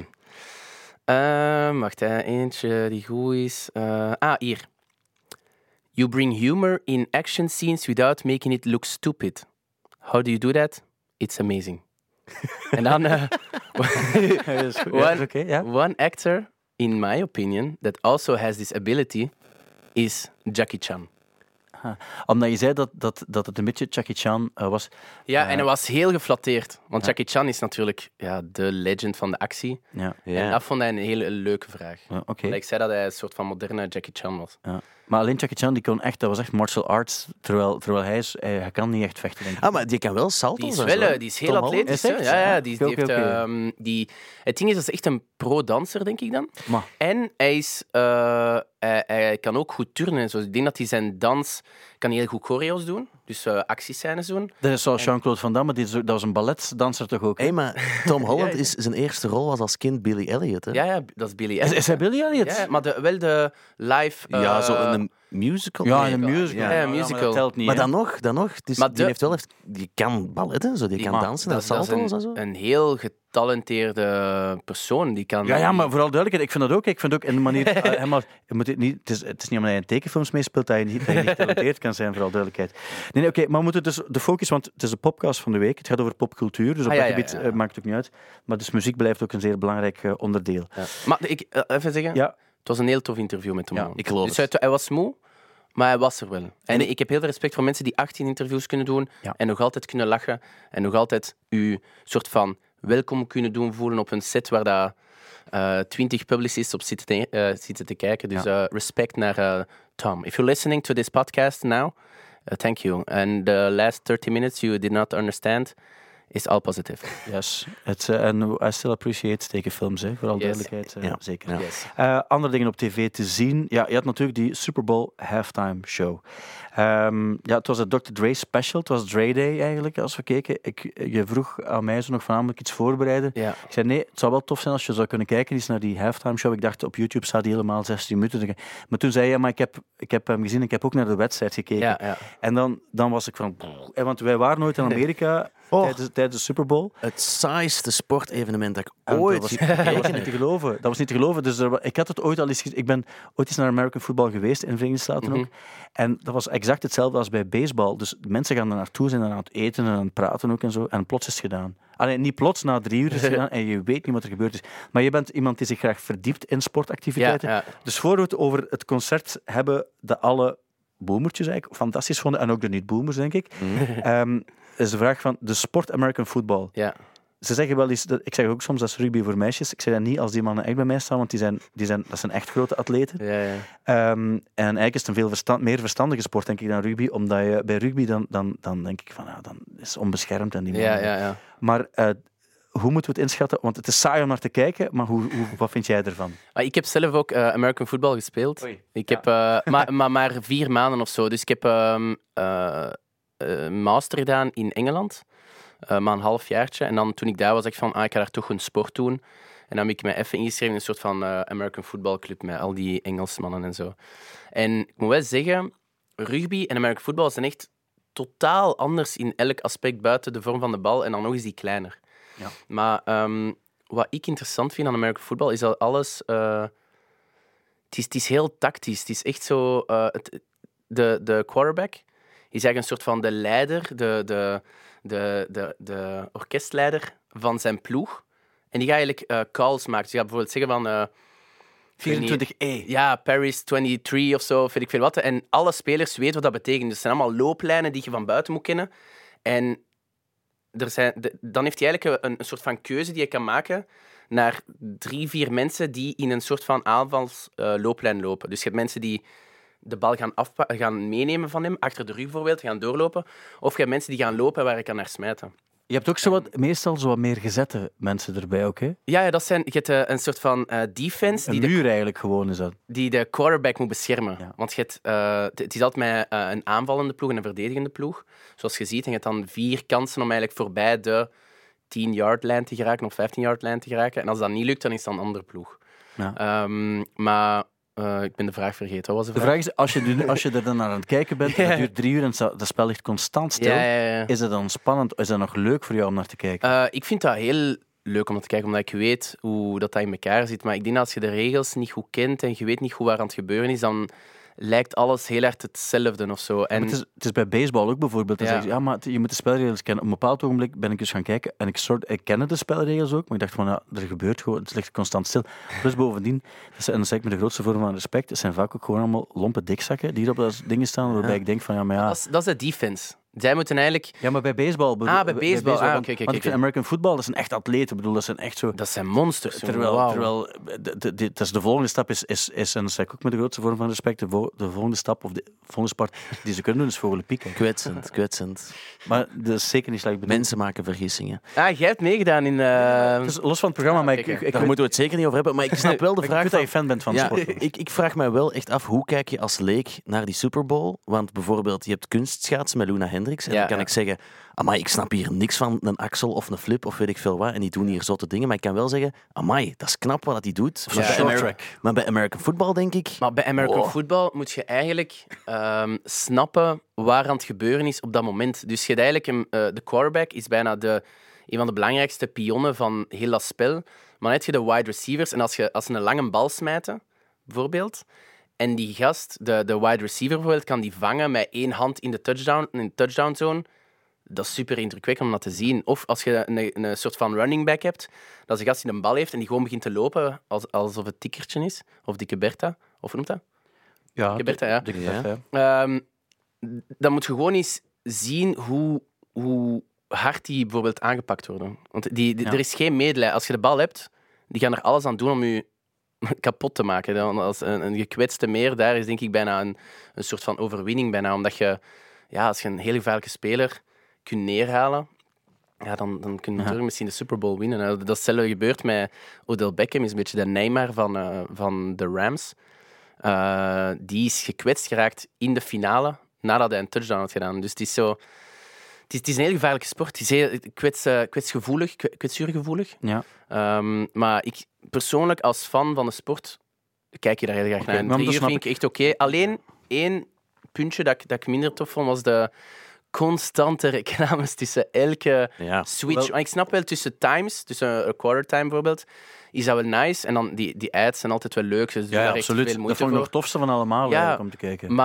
wacht, eentje die goed is. Hier. You bring humor in action scenes without making it look stupid. How do you do that? It's amazing. En dan... One actor, in my opinion, that also has this ability, is Jackie Chan. Omdat je zei dat het een beetje Jackie Chan was. Ja, en hij was heel geflatteerd. Want Jackie Chan is natuurlijk de legend van de actie. Ja. En dat vond hij een hele leuke vraag. Okay. Ik zei dat hij een soort van moderne Jackie Chan was. Ja. Maar alleen Jackie Chan, dat was echt martial arts, terwijl hij kan niet echt vechten, denk ik. Maar die kan wel salto's. Die is heel atletisch. Het ding is, dat is echt een pro-danser, denk ik dan. Maar. En hij kan ook goed turnen en zo. Ik denk dat hij zijn dans kan heel goed choreo's doen. Dus actiescènes doen. Dat is zoals Jean-Claude Van Damme, dat was een balletdanser toch ook? Maar Tom Holland zijn eerste rol was als kind Billy Elliot. Hè? Ja, dat is Billy Elliot. Is hij Billy Elliot? Ja, maar wel de live... zo een musical. Ja, een musical. Ja, een musical. Maar dat telt niet. Maar dan nog. Dus die kan balletten, zo, die kan dansen en salto's en zo. Een heel getalenteerde persoon. Die kan... Ja, maar vooral duidelijkheid, ik vind ook in de manier... het is niet omdat je in tekenfilms meespeelt dat je niet getalenteerd kan zijn, vooral duidelijkheid. Nee, oké, maar we moeten dus de focus, want het is de podcast van de week. Het gaat over popcultuur, dus op dat gebied maakt het ook niet uit. Maar dus muziek blijft ook een zeer belangrijk onderdeel. Ja. Maar even zeggen, het was een heel tof interview met Tom. Ik geloof dus hij was moe, maar hij was er wel. En ik heb heel veel respect voor mensen die 18 interviews kunnen doen en nog altijd kunnen lachen en nog altijd u soort van welkom kunnen doen voelen op een set waar dat 20 publicists op zitten te kijken. Dus respect naar Tom. If you're listening to this podcast now, thank you. And the last 30 minutes you did not understand is all positive. Yes. And I still appreciate tekenfilms, vooral duidelijkheid. Zeker. Yes. Andere dingen op tv te zien. Ja, je had natuurlijk die Super Bowl halftime show. Het was een Dr. Dre special. Het was Dre Day eigenlijk, als we keken. Je vroeg aan mij zo nog voornamelijk iets voorbereiden. Ja. Ik zei, nee, het zou wel tof zijn als je zou kunnen kijken eens naar die halftime show. Ik dacht, op YouTube staat die helemaal 16 minuten. Maar toen zei je, maar ik heb hem gezien, ik heb ook naar de wedstrijd gekeken. Ja. En dan was ik van... Want wij waren nooit in Amerika... Tijdens de Super Bowl. Het saaiste sportevenement dat ik ooit... Dat was niet te geloven. Dus ik had het ooit al eens... Ik ben ooit eens naar American football geweest, in de Verenigde Staten ook. En dat was exact hetzelfde als bij baseball. Dus mensen gaan er naartoe, zijn er aan het eten en aan het praten ook en zo. En plots is het gedaan. Alleen niet plots, na 3 uur is het gedaan en je weet niet wat er gebeurd is. Maar je bent iemand die zich graag verdiept in sportactiviteiten. Ja. Dus voor we het over het concert hebben, dat alle boomertjes eigenlijk fantastisch vonden, en ook de niet-boomers, denk ik, is de vraag van de sport American football. Ja. Ze zeggen wel eens, ik zeg ook soms dat is rugby voor meisjes. Ik zeg dat niet als die mannen echt bij mij staan, want dat zijn echt grote atleten. Ja. En eigenlijk is het een veel meer verstandige sport, denk ik, dan rugby. Omdat je bij rugby dan denk ik van, dan is het onbeschermd. En die mannen. Ja. Maar hoe moeten we het inschatten? Want het is saai om naar te kijken, maar wat vind jij ervan? Ik heb zelf ook American football gespeeld. Oei. Ik heb maar 4 maanden of zo. Dus ik heb een master gedaan in Engeland. Maar een halfjaartje. En dan toen ik daar was, dacht ik van, ik ga daar toch een sport doen. En dan heb ik me even ingeschreven in een soort van American Football Club met al die Engelsmannen en zo. En ik moet wel zeggen, rugby en American Football zijn echt totaal anders in elk aspect buiten de vorm van de bal. En dan nog eens die kleiner. Ja. Maar wat ik interessant vind aan American Football is dat alles... Het is heel tactisch. Het is echt zo... De quarterback is eigenlijk een soort van de leider, de orkestleider van zijn ploeg. En die gaat eigenlijk calls maken. Dus die gaat bijvoorbeeld zeggen van... 24E. Ja, Paris 23 of zo, weet ik veel wat. En alle spelers weten wat dat betekent. Dus het zijn allemaal looplijnen die je van buiten moet kennen. En dan heeft hij eigenlijk een soort van keuze die je kan maken naar 3-4 mensen die in een soort van aanvalslooplijn lopen. Dus je hebt mensen die de bal gaan meenemen van hem, achter de rug bijvoorbeeld, gaan doorlopen. Of je hebt mensen die gaan lopen waar je kan naar smijten. Je hebt ook meestal zo wat meer gezette mensen erbij ook, hè? Ja, je hebt een soort van defense Een muur eigenlijk gewoon is dat. die de quarterback moet beschermen. Ja. Want het is altijd met een aanvallende ploeg en een verdedigende ploeg. Zoals je ziet, en je hebt dan 4 kansen om eigenlijk voorbij de 10-yard-lijn te geraken of 15-yard-lijn te geraken. En als dat niet lukt, dan is dat een andere ploeg. Ja. Maar ik ben de vraag vergeten. Wat was De vraag is, als je er dan naar aan het kijken bent, en het duurt 3 uur en dat spel ligt constant stil, Ja. is het dan spannend? Is dat nog leuk voor jou om naar te kijken? Ik vind dat heel leuk om naar te kijken, omdat ik weet hoe dat in elkaar zit. Maar ik denk dat als je de regels niet goed kent en je weet niet goed waar aan het gebeuren is, dan lijkt alles heel erg hetzelfde of zo. En Het is bij baseball ook bijvoorbeeld. Dan Ja. zeggen ze, maar je moet de spelregels kennen. Op een bepaald ogenblik ben ik dus gaan kijken en ik kende de spelregels ook, maar ik dacht van, er gebeurt gewoon, het ligt constant stil. Plus bovendien, en dat zeg ik met de grootste vorm van respect, het zijn vaak ook gewoon allemaal lompe dikzakken die hier op dat dingen staan, waarbij ik denk van, dat is de defense. Zij moeten eigenlijk... Ja, maar bij baseball... bij baseball. Want ik vind American football, dat zijn echt atleten. Ik bedoel, dat zijn echt zo... Dat zijn monsters. Terwijl de volgende stap is, en dat zeg ik ook met de grootste vorm van respect, de volgende stap, of de volgende sport die ze kunnen doen, is vogelenpieken. Kwetsend. Maar dat is zeker niet slecht bedoeld. Mensen maken vergissingen. Jij hebt meegedaan in... Dus los van het programma, maar kijk, ik Daar moeten we het zeker niet over hebben. Maar ik snap wel de ik vraag weet dat je fan bent van sport. ik vraag mij wel echt af, hoe kijk je als leek naar die Super Bowl? Want bijvoorbeeld, je hebt kunstschaatsen met Luna Hendricks. En dan kan ik zeggen, amai, ik snap hier niks van een axel of een flip of weet ik veel wat. En die doen hier zotte dingen. Maar ik kan wel zeggen, amai, dat is knap wat hij doet. Maar bij American Football denk ik... Maar bij American Football moet je eigenlijk snappen waar aan het gebeuren is op dat moment. Dus je hebt eigenlijk de quarterback is bijna een van de belangrijkste pionnen van heel dat spel. Maar dan heb je de wide receivers. En als ze een lange bal smijten, bijvoorbeeld, en die gast, de wide receiver bijvoorbeeld, kan die vangen met 1 hand in de touchdown zone. Dat is super indrukwekkend om dat te zien. Of als je een soort van running back hebt, dat is een gast die een bal heeft en die gewoon begint te lopen alsof het tikkertje is. Of dikke Bertha. Of hoe noemt dat? Ja, Dikke Bertha, ja. Dikke Bertha, ja. Dan moet je gewoon eens zien hoe hard die bijvoorbeeld aangepakt worden. Want er is geen medelijden. Als je de bal hebt, die gaan er alles aan doen om je kapot te maken. Dan als een gekwetste meer, daar is denk ik bijna een soort van overwinning bijna. Omdat je, als je een heel gevaarlijke speler kunt neerhalen, dan kun je misschien de Super Bowl winnen. Dat is hetzelfde gebeurt met Odell Beckham, is een beetje de Neymar van de Rams. Die is gekwetst geraakt in de finale, nadat hij een touchdown had gedaan. Dus het is zo... Het is een heel gevaarlijke sport. Het is heel kwetsuurgevoelig. Ja. Maar ik persoonlijk, als fan van de sport, kijk je daar heel graag naar. En 3 uur vind ik echt oké. Alleen 1 puntje dat ik minder tof vond, was de constante reclames tussen elke switch. Maar ik snap wel tussen times, tussen een quarter time bijvoorbeeld, is dat wel nice. En dan die ads zijn altijd wel leuk. Dus Ja, absoluut. Dat vond ik nog het tofste van allemaal om te kijken. Maar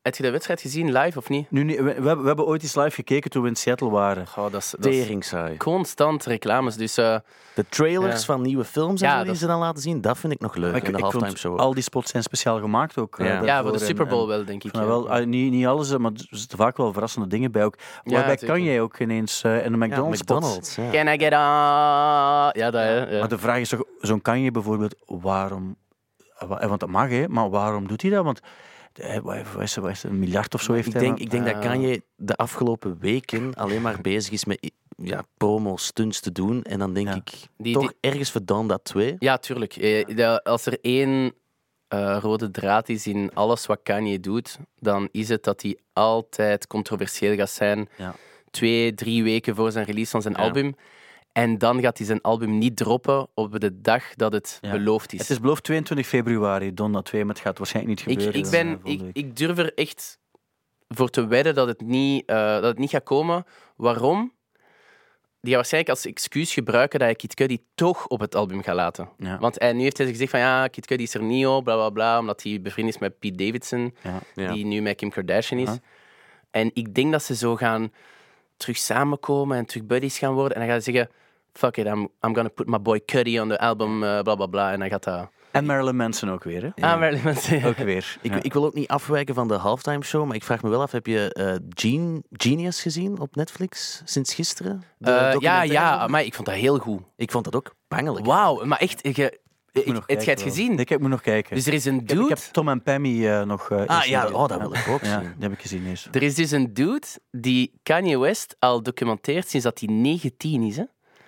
Heb je de wedstrijd gezien live of niet? Nu, we hebben ooit eens live gekeken toen we in Seattle waren. Oh, dat is Teringsaai. constant reclames. Dus, De trailers van nieuwe films die ze dan laten zien, dat vind ik nog leuk in de halftime show. Al die spots zijn speciaal gemaakt ook. voor de Super Bowl wel, denk ik. Niet alles, maar er zitten vaak wel verrassende dingen bij ook. Waarbij kan jij ook ineens in de McDonald's. Can I get on? Ja, dat hè. Maar de vraag is toch, zo'n Kanye bijvoorbeeld, waarom... Want dat mag, hè, maar waarom doet hij dat? Want wat is het, $1 miljard of zo heeft hij. Ik denk dat Kanye de afgelopen weken alleen maar bezig is met promo-stunts te doen. En dan denk ik, ergens verdaan dat 2. Ja, tuurlijk. Als er één rode draad is in alles wat Kanye doet, dan is het dat hij altijd controversieel gaat zijn. 2-3 weken voor zijn release van zijn album. En dan gaat hij zijn album niet droppen op de dag dat het beloofd is. Het is beloofd 22 februari, Donda 2, maar het gaat waarschijnlijk niet gebeuren. Ik durf er echt voor te wedden dat het niet gaat komen. Waarom? Die gaat waarschijnlijk als excuus gebruiken dat hij Kid Cudi toch op het album gaat laten. Ja. Want nu heeft hij gezegd van Kid Cudi is er niet op, bla bla bla, omdat hij bevriend is met Pete Davidson, die nu met Kim Kardashian is. En ik denk dat ze zo gaan terug samenkomen en terug buddies gaan worden. En dan gaan ze zeggen, fuck it, I'm gonna put my boy Cudi on the album, bla bla bla. En dan gaat dat... En Marilyn Manson ook weer, hè? Ja. Marilyn Manson. Ook weer. Ik wil ook niet afwijken van de halftime show, maar ik vraag me wel af, heb je Genius gezien op Netflix sinds gisteren? Ja, maar ik vond dat heel goed. Ik vond dat ook bangelijk. Wauw, maar echt... Heb je het gezien? Ik moet nog kijken. Dus er is een dude... Ik heb Tom en Pammy nog... dat wil ik ook zien. Die heb ik gezien eens. Er is dus een dude die Kanye West al documenteert sinds dat hij 19 is, hè?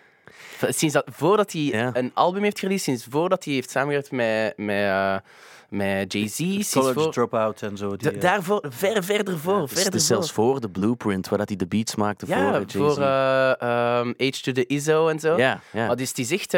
Voordat hij een album heeft released, sinds voordat hij heeft samengewerkt met Jay-Z. College Dropout en zo. Daarvoor, verder voor. Het is zelfs voor de Blueprint, waar hij de beats maakte voor Jay-Z. Voor H to the Izzo en zo. Ja. Maar dus het is echt...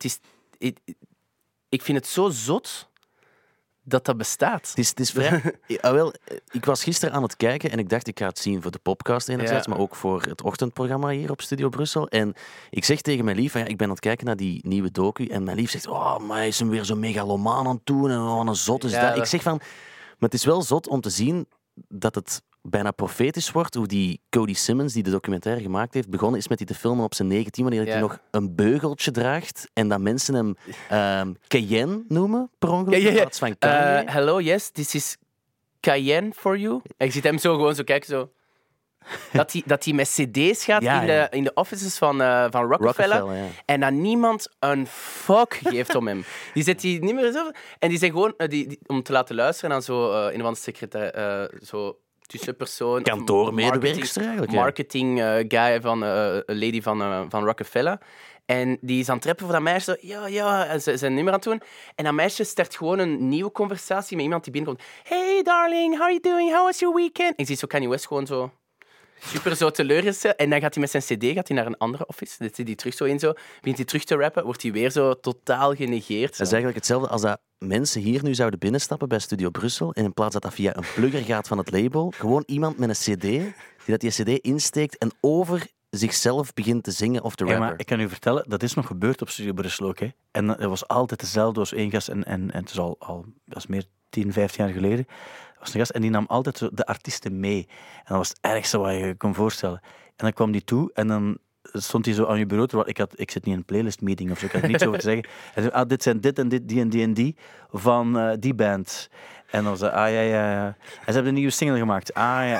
ik vind het zo zot dat bestaat. Het is vrij... ik was gisteren aan het kijken en ik dacht, ik ga het zien voor de podcast enerzijds, maar ook voor het ochtendprogramma hier op Studio Brussel. En ik zeg tegen mijn lief, ik ben aan het kijken naar die nieuwe docu, en mijn lief zegt, maar hij is hem weer zo megalomaan aan het doen en wat een zot is dat. Ik zeg van, maar het is wel zot om te zien dat het bijna profetisch wordt, hoe die Cody Simmons, die de documentaire gemaakt heeft, begonnen is met die te filmen op zijn 19, wanneer hij nog een beugeltje draagt en dat mensen hem Cayenne noemen, per ongeluk, in plaats van Kanye. Hello, yes, this is Cayenne for you. En je ziet hem zo gewoon zo kijken, zo... Dat hij met cd's gaat in de offices van Rockefeller. En dat niemand een fuck geeft om hem. Die zet hij niet meer zo... En die zegt gewoon, om te laten luisteren aan zo een of andere secretair... zo tussenpersoon... Kantoormedewerkster eigenlijk. Marketing guy van een lady van Rockefeller. En die is aan het trappen voor dat meisje. En ze zijn nummer aan het doen. En dat meisje start gewoon een nieuwe conversatie met iemand die binnenkomt. Hey darling, how are you doing? How was your weekend? En ik zie zo Kanye West gewoon zo... super zo teleurgesteld. En dan gaat hij met zijn cd naar een andere office. Dan zit hij terug zo in, begint hij terug te rappen, wordt hij weer zo totaal genegeerd. Zo. Dat is eigenlijk hetzelfde als dat mensen hier nu zouden binnenstappen bij Studio Brussel en in plaats dat via een plugger gaat van het label, gewoon iemand met een cd, die cd insteekt en over zichzelf begint te zingen of te rappen. Maar ik kan u vertellen, dat is nog gebeurd op Studio Brussel ook. Hè. En het was altijd dezelfde. Er was één gast en het is al dat is meer 10, 15 jaar geleden. Er was een gast en die nam altijd de artiesten mee. En dat was het ergste wat je kon voorstellen. En dan kwam die toe en dan stond hij zo aan je bureau. Terwijl ik zit niet in een playlist meeting of zo, ik had er niets over te zeggen. Hij zei, dit zijn dit en dit, die en die en die van die band. En dan zei ja. En ze hebben een nieuwe single gemaakt.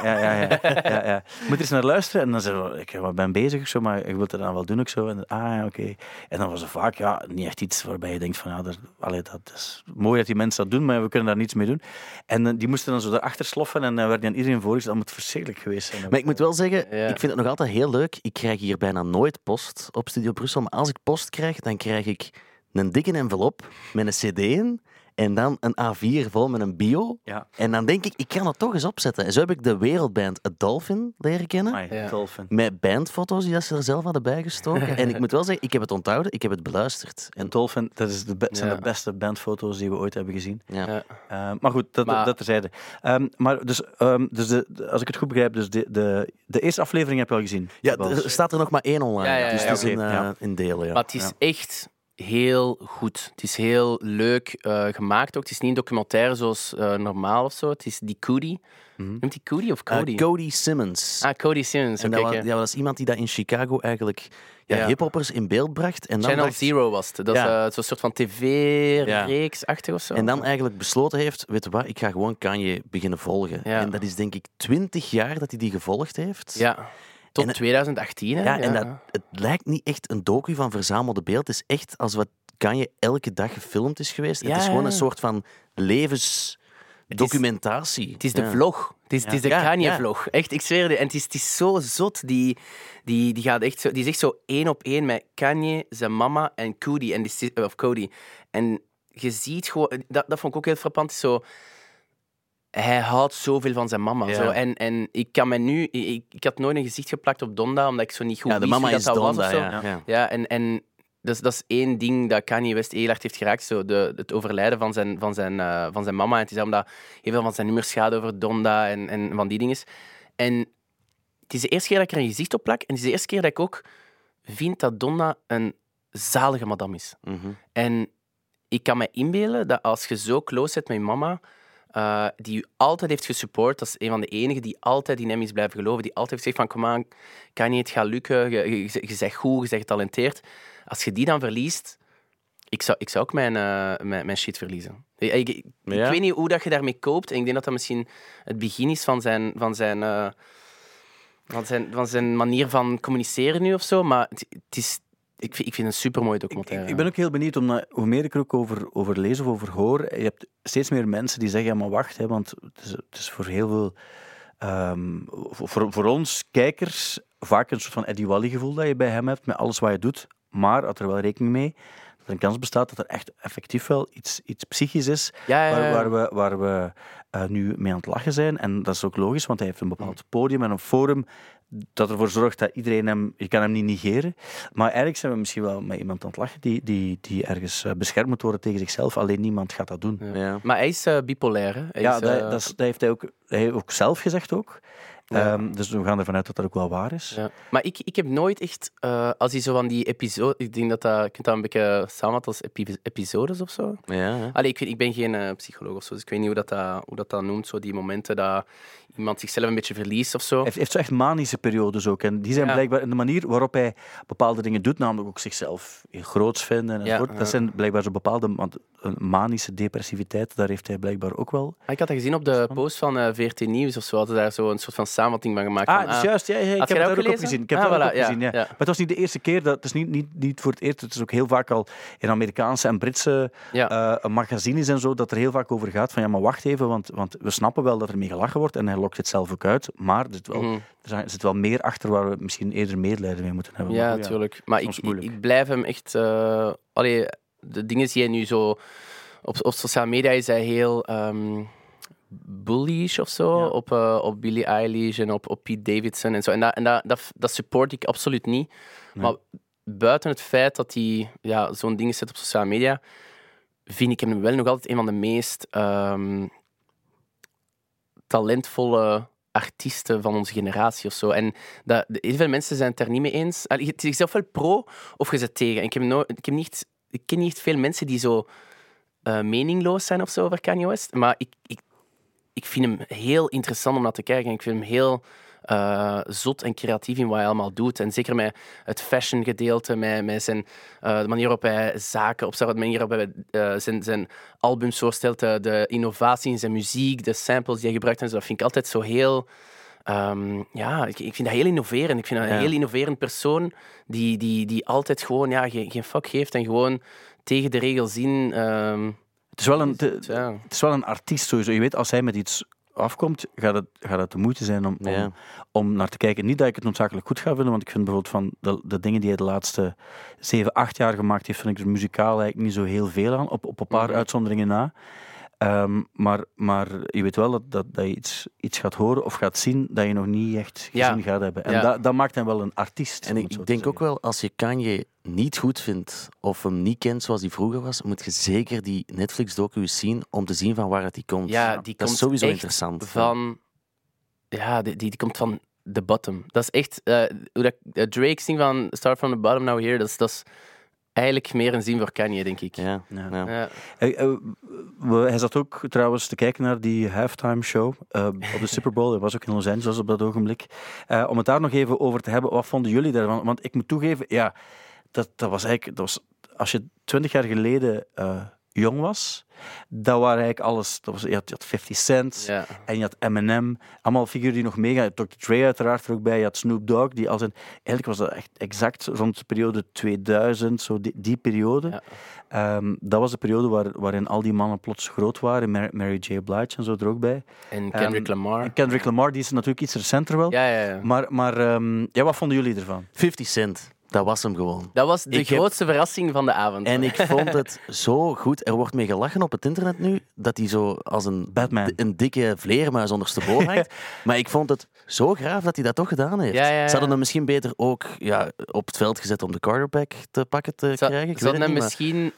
Ja. Moet er eens naar luisteren. En dan zei ik ben bezig of zo, maar ik wil het dan wel doen ook zo. En oké. En dan was er vaak niet echt iets waarbij je denkt van dat is mooi dat die mensen dat doen, maar we kunnen daar niets mee doen. En die moesten dan zo daarachter sloffen en werd die aan iedereen voorgesteld. Dat moet verschrikkelijk geweest zijn. Maar ik moet wel zeggen, ik vind het nog altijd heel leuk. Ik krijg hier bijna nooit post op Studio Brussel, maar als ik post krijg, dan krijg ik een dikke envelop met een cd in. En dan een A4 vol met een bio. Ja. En dan denk ik kan dat toch eens opzetten. En zo heb ik de wereldband A Dolphin leren kennen. Dolphin. Met bandfoto's die ze er zelf hadden bijgestoken. En ik moet wel zeggen, ik heb het onthouden, ik heb het beluisterd. En Dolphin, dat is zijn de beste bandfoto's die we ooit hebben gezien. Ja. Maar goed, dat terzijde. Maar dus als ik het goed begrijp, dus de eerste aflevering heb je al gezien. Ja, er staat er nog maar 1 online. Ja, dus het is in delen. Maar het is echt... heel goed. Het is heel leuk gemaakt ook. Het is niet een documentaire zoals normaal of zo. Het is die Cody. Noemt hij Cody of Cody? Cody Simmons. Cody Simmons. En dat was iemand die dat in Chicago eigenlijk hiphoppers in beeld bracht. En dan Channel Zero was het. Dat is zo'n soort van tv-reeks-achtig of zo. En dan eigenlijk besloten heeft, weet je wat, ik ga gewoon Kanye beginnen volgen. Ja. En dat is denk ik 20 jaar dat hij die gevolgd heeft. Ja. Tot 2018. Hè? Ja, en het lijkt niet echt een docu van verzamelde beeld. Het is echt als wat Kanye elke dag gefilmd is geweest. Het is gewoon een soort van levensdocumentatie. Het is de vlog. Het is de Kanye-vlog. Echt, ik zweer het. En het is zo zot. Die gaat echt zo, die is echt zo 1 op 1 met Kanye, zijn mama en Cody. En je ziet gewoon... Dat vond ik ook heel frappant. Zo... Hij houdt zoveel van zijn mama. Ja. Zo. En ik kan me nu... Ik had nooit een gezicht geplakt op Donda, omdat ik zo niet goed wist de mama dat is dat Donda, was. Of zo. Ja, en dat is één ding dat Kanye West heel hard heeft geraakt. Zo het overlijden van zijn mama. En het is omdat heel veel van zijn nummers gaat over Donda en van die dingen. En het is de eerste keer dat ik er een gezicht op plak. En het is de eerste keer dat ik ook vind dat Donda een zalige madame is. Mm-hmm. En ik kan me inbeelden dat als je zo close zit met je mama... die u altijd heeft gesupport. Dat is een van de enigen die altijd in hem is blijven geloven. Die altijd heeft gezegd van, kom aan, kan niet, het gaat lukken. Je zegt goed, je bent getalenteerd. Als je die dan verliest... Ik zou ook mijn shit verliezen. Ik weet niet hoe dat je daarmee koopt. En ik denk dat dat misschien het begin is van zijn manier van communiceren nu of zo. Maar het is... Ik vind het een supermooie documentaire. Ik ben ook heel benieuwd, omdat hoe meer ik er ook over lees of over hoor, je hebt steeds meer mensen die zeggen, ja, maar wacht, hè, want het is voor heel veel... voor ons kijkers vaak een soort van Eddie Wally gevoel dat je bij hem hebt, met alles wat je doet. Maar had er wel rekening mee dat er een kans bestaat dat er echt effectief wel iets psychisch is, waar we nu mee aan het lachen zijn. En dat is ook logisch, want hij heeft een bepaald podium en een forum dat ervoor zorgt dat iedereen hem... Je kan hem niet negeren. Maar eigenlijk zijn we misschien wel met iemand aan het lachen die ergens beschermd moet worden tegen zichzelf. Alleen niemand gaat dat doen. Ja. Maar hij is bipolair, hè? Dat heeft hij ook zelf gezegd ook. Ja. Dus we gaan ervan uit dat dat ook wel waar is. Ja. Maar ik heb nooit echt... als hij zo van die episodes... Ik denk dat je kunt dat een beetje samenvatten als episodes of zo. Ja. Allee, ik ben geen psycholoog of zo, dus ik weet niet hoe dat noemt. Zo die momenten dat iemand zichzelf een beetje verliest of zo. Hij heeft zo echt manische periodes ook. En die zijn blijkbaar in de manier waarop hij bepaalde dingen doet, namelijk ook zichzelf heel groots vinden. Dat zijn blijkbaar zo bepaalde manische depressiviteit. Daar heeft hij blijkbaar ook wel. Ik had dat gezien op de post van VRT Nieuws of zo. Hadden daar zo een soort van samenvatting van gemaakt. Dat is juist. Ik heb het ook gezien. Maar het was niet de eerste keer. Het is niet voor het eerst. Het is ook heel vaak al in Amerikaanse en Britse magazines en zo, dat er heel vaak over gaat van, ja, maar wacht even, want we snappen wel dat er mee gelachen wordt en hij lokt het zelf ook uit, maar er zit wel meer achter waar we misschien eerder medelijden mee moeten hebben. Ja, natuurlijk. Maar ik blijf hem echt... de dingen die hij nu zo... Op sociale media is hij heel... bullish of zo, op Billie Eilish en op Pete Davidson en zo. En dat support ik absoluut niet. Nee. Maar buiten het feit dat hij zo'n dingen zet op sociale media, vind ik hem wel nog altijd een van de meest talentvolle artiesten van onze generatie of zo. En heel veel mensen zijn het er niet mee eens. Je zegt ofwel pro of je zit tegen. En ik ken niet veel mensen die zo meningloos zijn of zo over Kanye West, maar ik vind hem heel interessant om naar te kijken. Ik vind hem heel zot en creatief in wat hij allemaal doet. En zeker met het fashion gedeelte, met zijn, de manier waarop hij zaken opstelt, de manier waarop hij zijn albums voorstelt, de innovatie in zijn muziek, de samples die hij gebruikt en zo. Dat vind ik altijd zo heel... ik vind dat heel innoverend. Ik vind dat een heel innoverend persoon die altijd gewoon geen fuck geeft en gewoon tegen de regels in... Het is wel een artiest sowieso. Je weet, als hij met iets afkomt, gaat het de moeite zijn om naar te kijken. Niet dat ik het noodzakelijk goed ga vinden, want ik vind bijvoorbeeld van de dingen die hij de laatste 7, 8 jaar gemaakt heeft, vind ik er muzikaal eigenlijk niet zo heel veel aan, op een paar uitzonderingen na. Maar je weet wel dat je iets gaat horen of gaat zien dat je nog niet echt gezien gaat hebben. En dat maakt hem wel een artiest. En ik denk ook wel, als je Kanye niet goed vindt of hem niet kent zoals hij vroeger was, moet je zeker die Netflix-docu zien om te zien van waar het komt. Ja, dat komt is sowieso echt interessant. Die komt van the bottom. Dat is echt... hoe dat Drake zingt van Start from the bottom, now here, dat is eigenlijk meer een zin voor Kanye, denk ik. Ja. Hij zat ook trouwens te kijken naar die halftime show op de Super Bowl. Hij was ook in Los Angeles op dat ogenblik. Om het daar nog even over te hebben, wat vonden jullie daarvan? Want ik moet toegeven, ja, dat was als je 20 jaar geleden jong was, dat waren eigenlijk alles. Je had 50 Cent en je had Eminem. Allemaal figuren die nog meegaan. Dr. Dre uiteraard er ook bij. Je had Snoop Dogg. Eigenlijk was dat echt exact rond de periode 2000, zo die periode. Ja. Dat was de periode waarin al die mannen plots groot waren. Mary J. Blige en zo er ook bij. En Kendrick Lamar. En Kendrick Lamar, die is natuurlijk iets recenter wel. Ja. Maar wat vonden jullie ervan? 50 Cent. Dat was hem gewoon. Dat was de grootste verrassing van de avond. En ik vond het zo goed. Er wordt mee gelachen op het internet nu, dat hij zo als een dikke vleermuis ondersteboven hangt. Maar ik vond het zo graaf dat hij dat toch gedaan heeft. Ja. Ze hadden hem misschien beter ook op het veld gezet om de quarterback te pakken te krijgen. Ze hadden hem misschien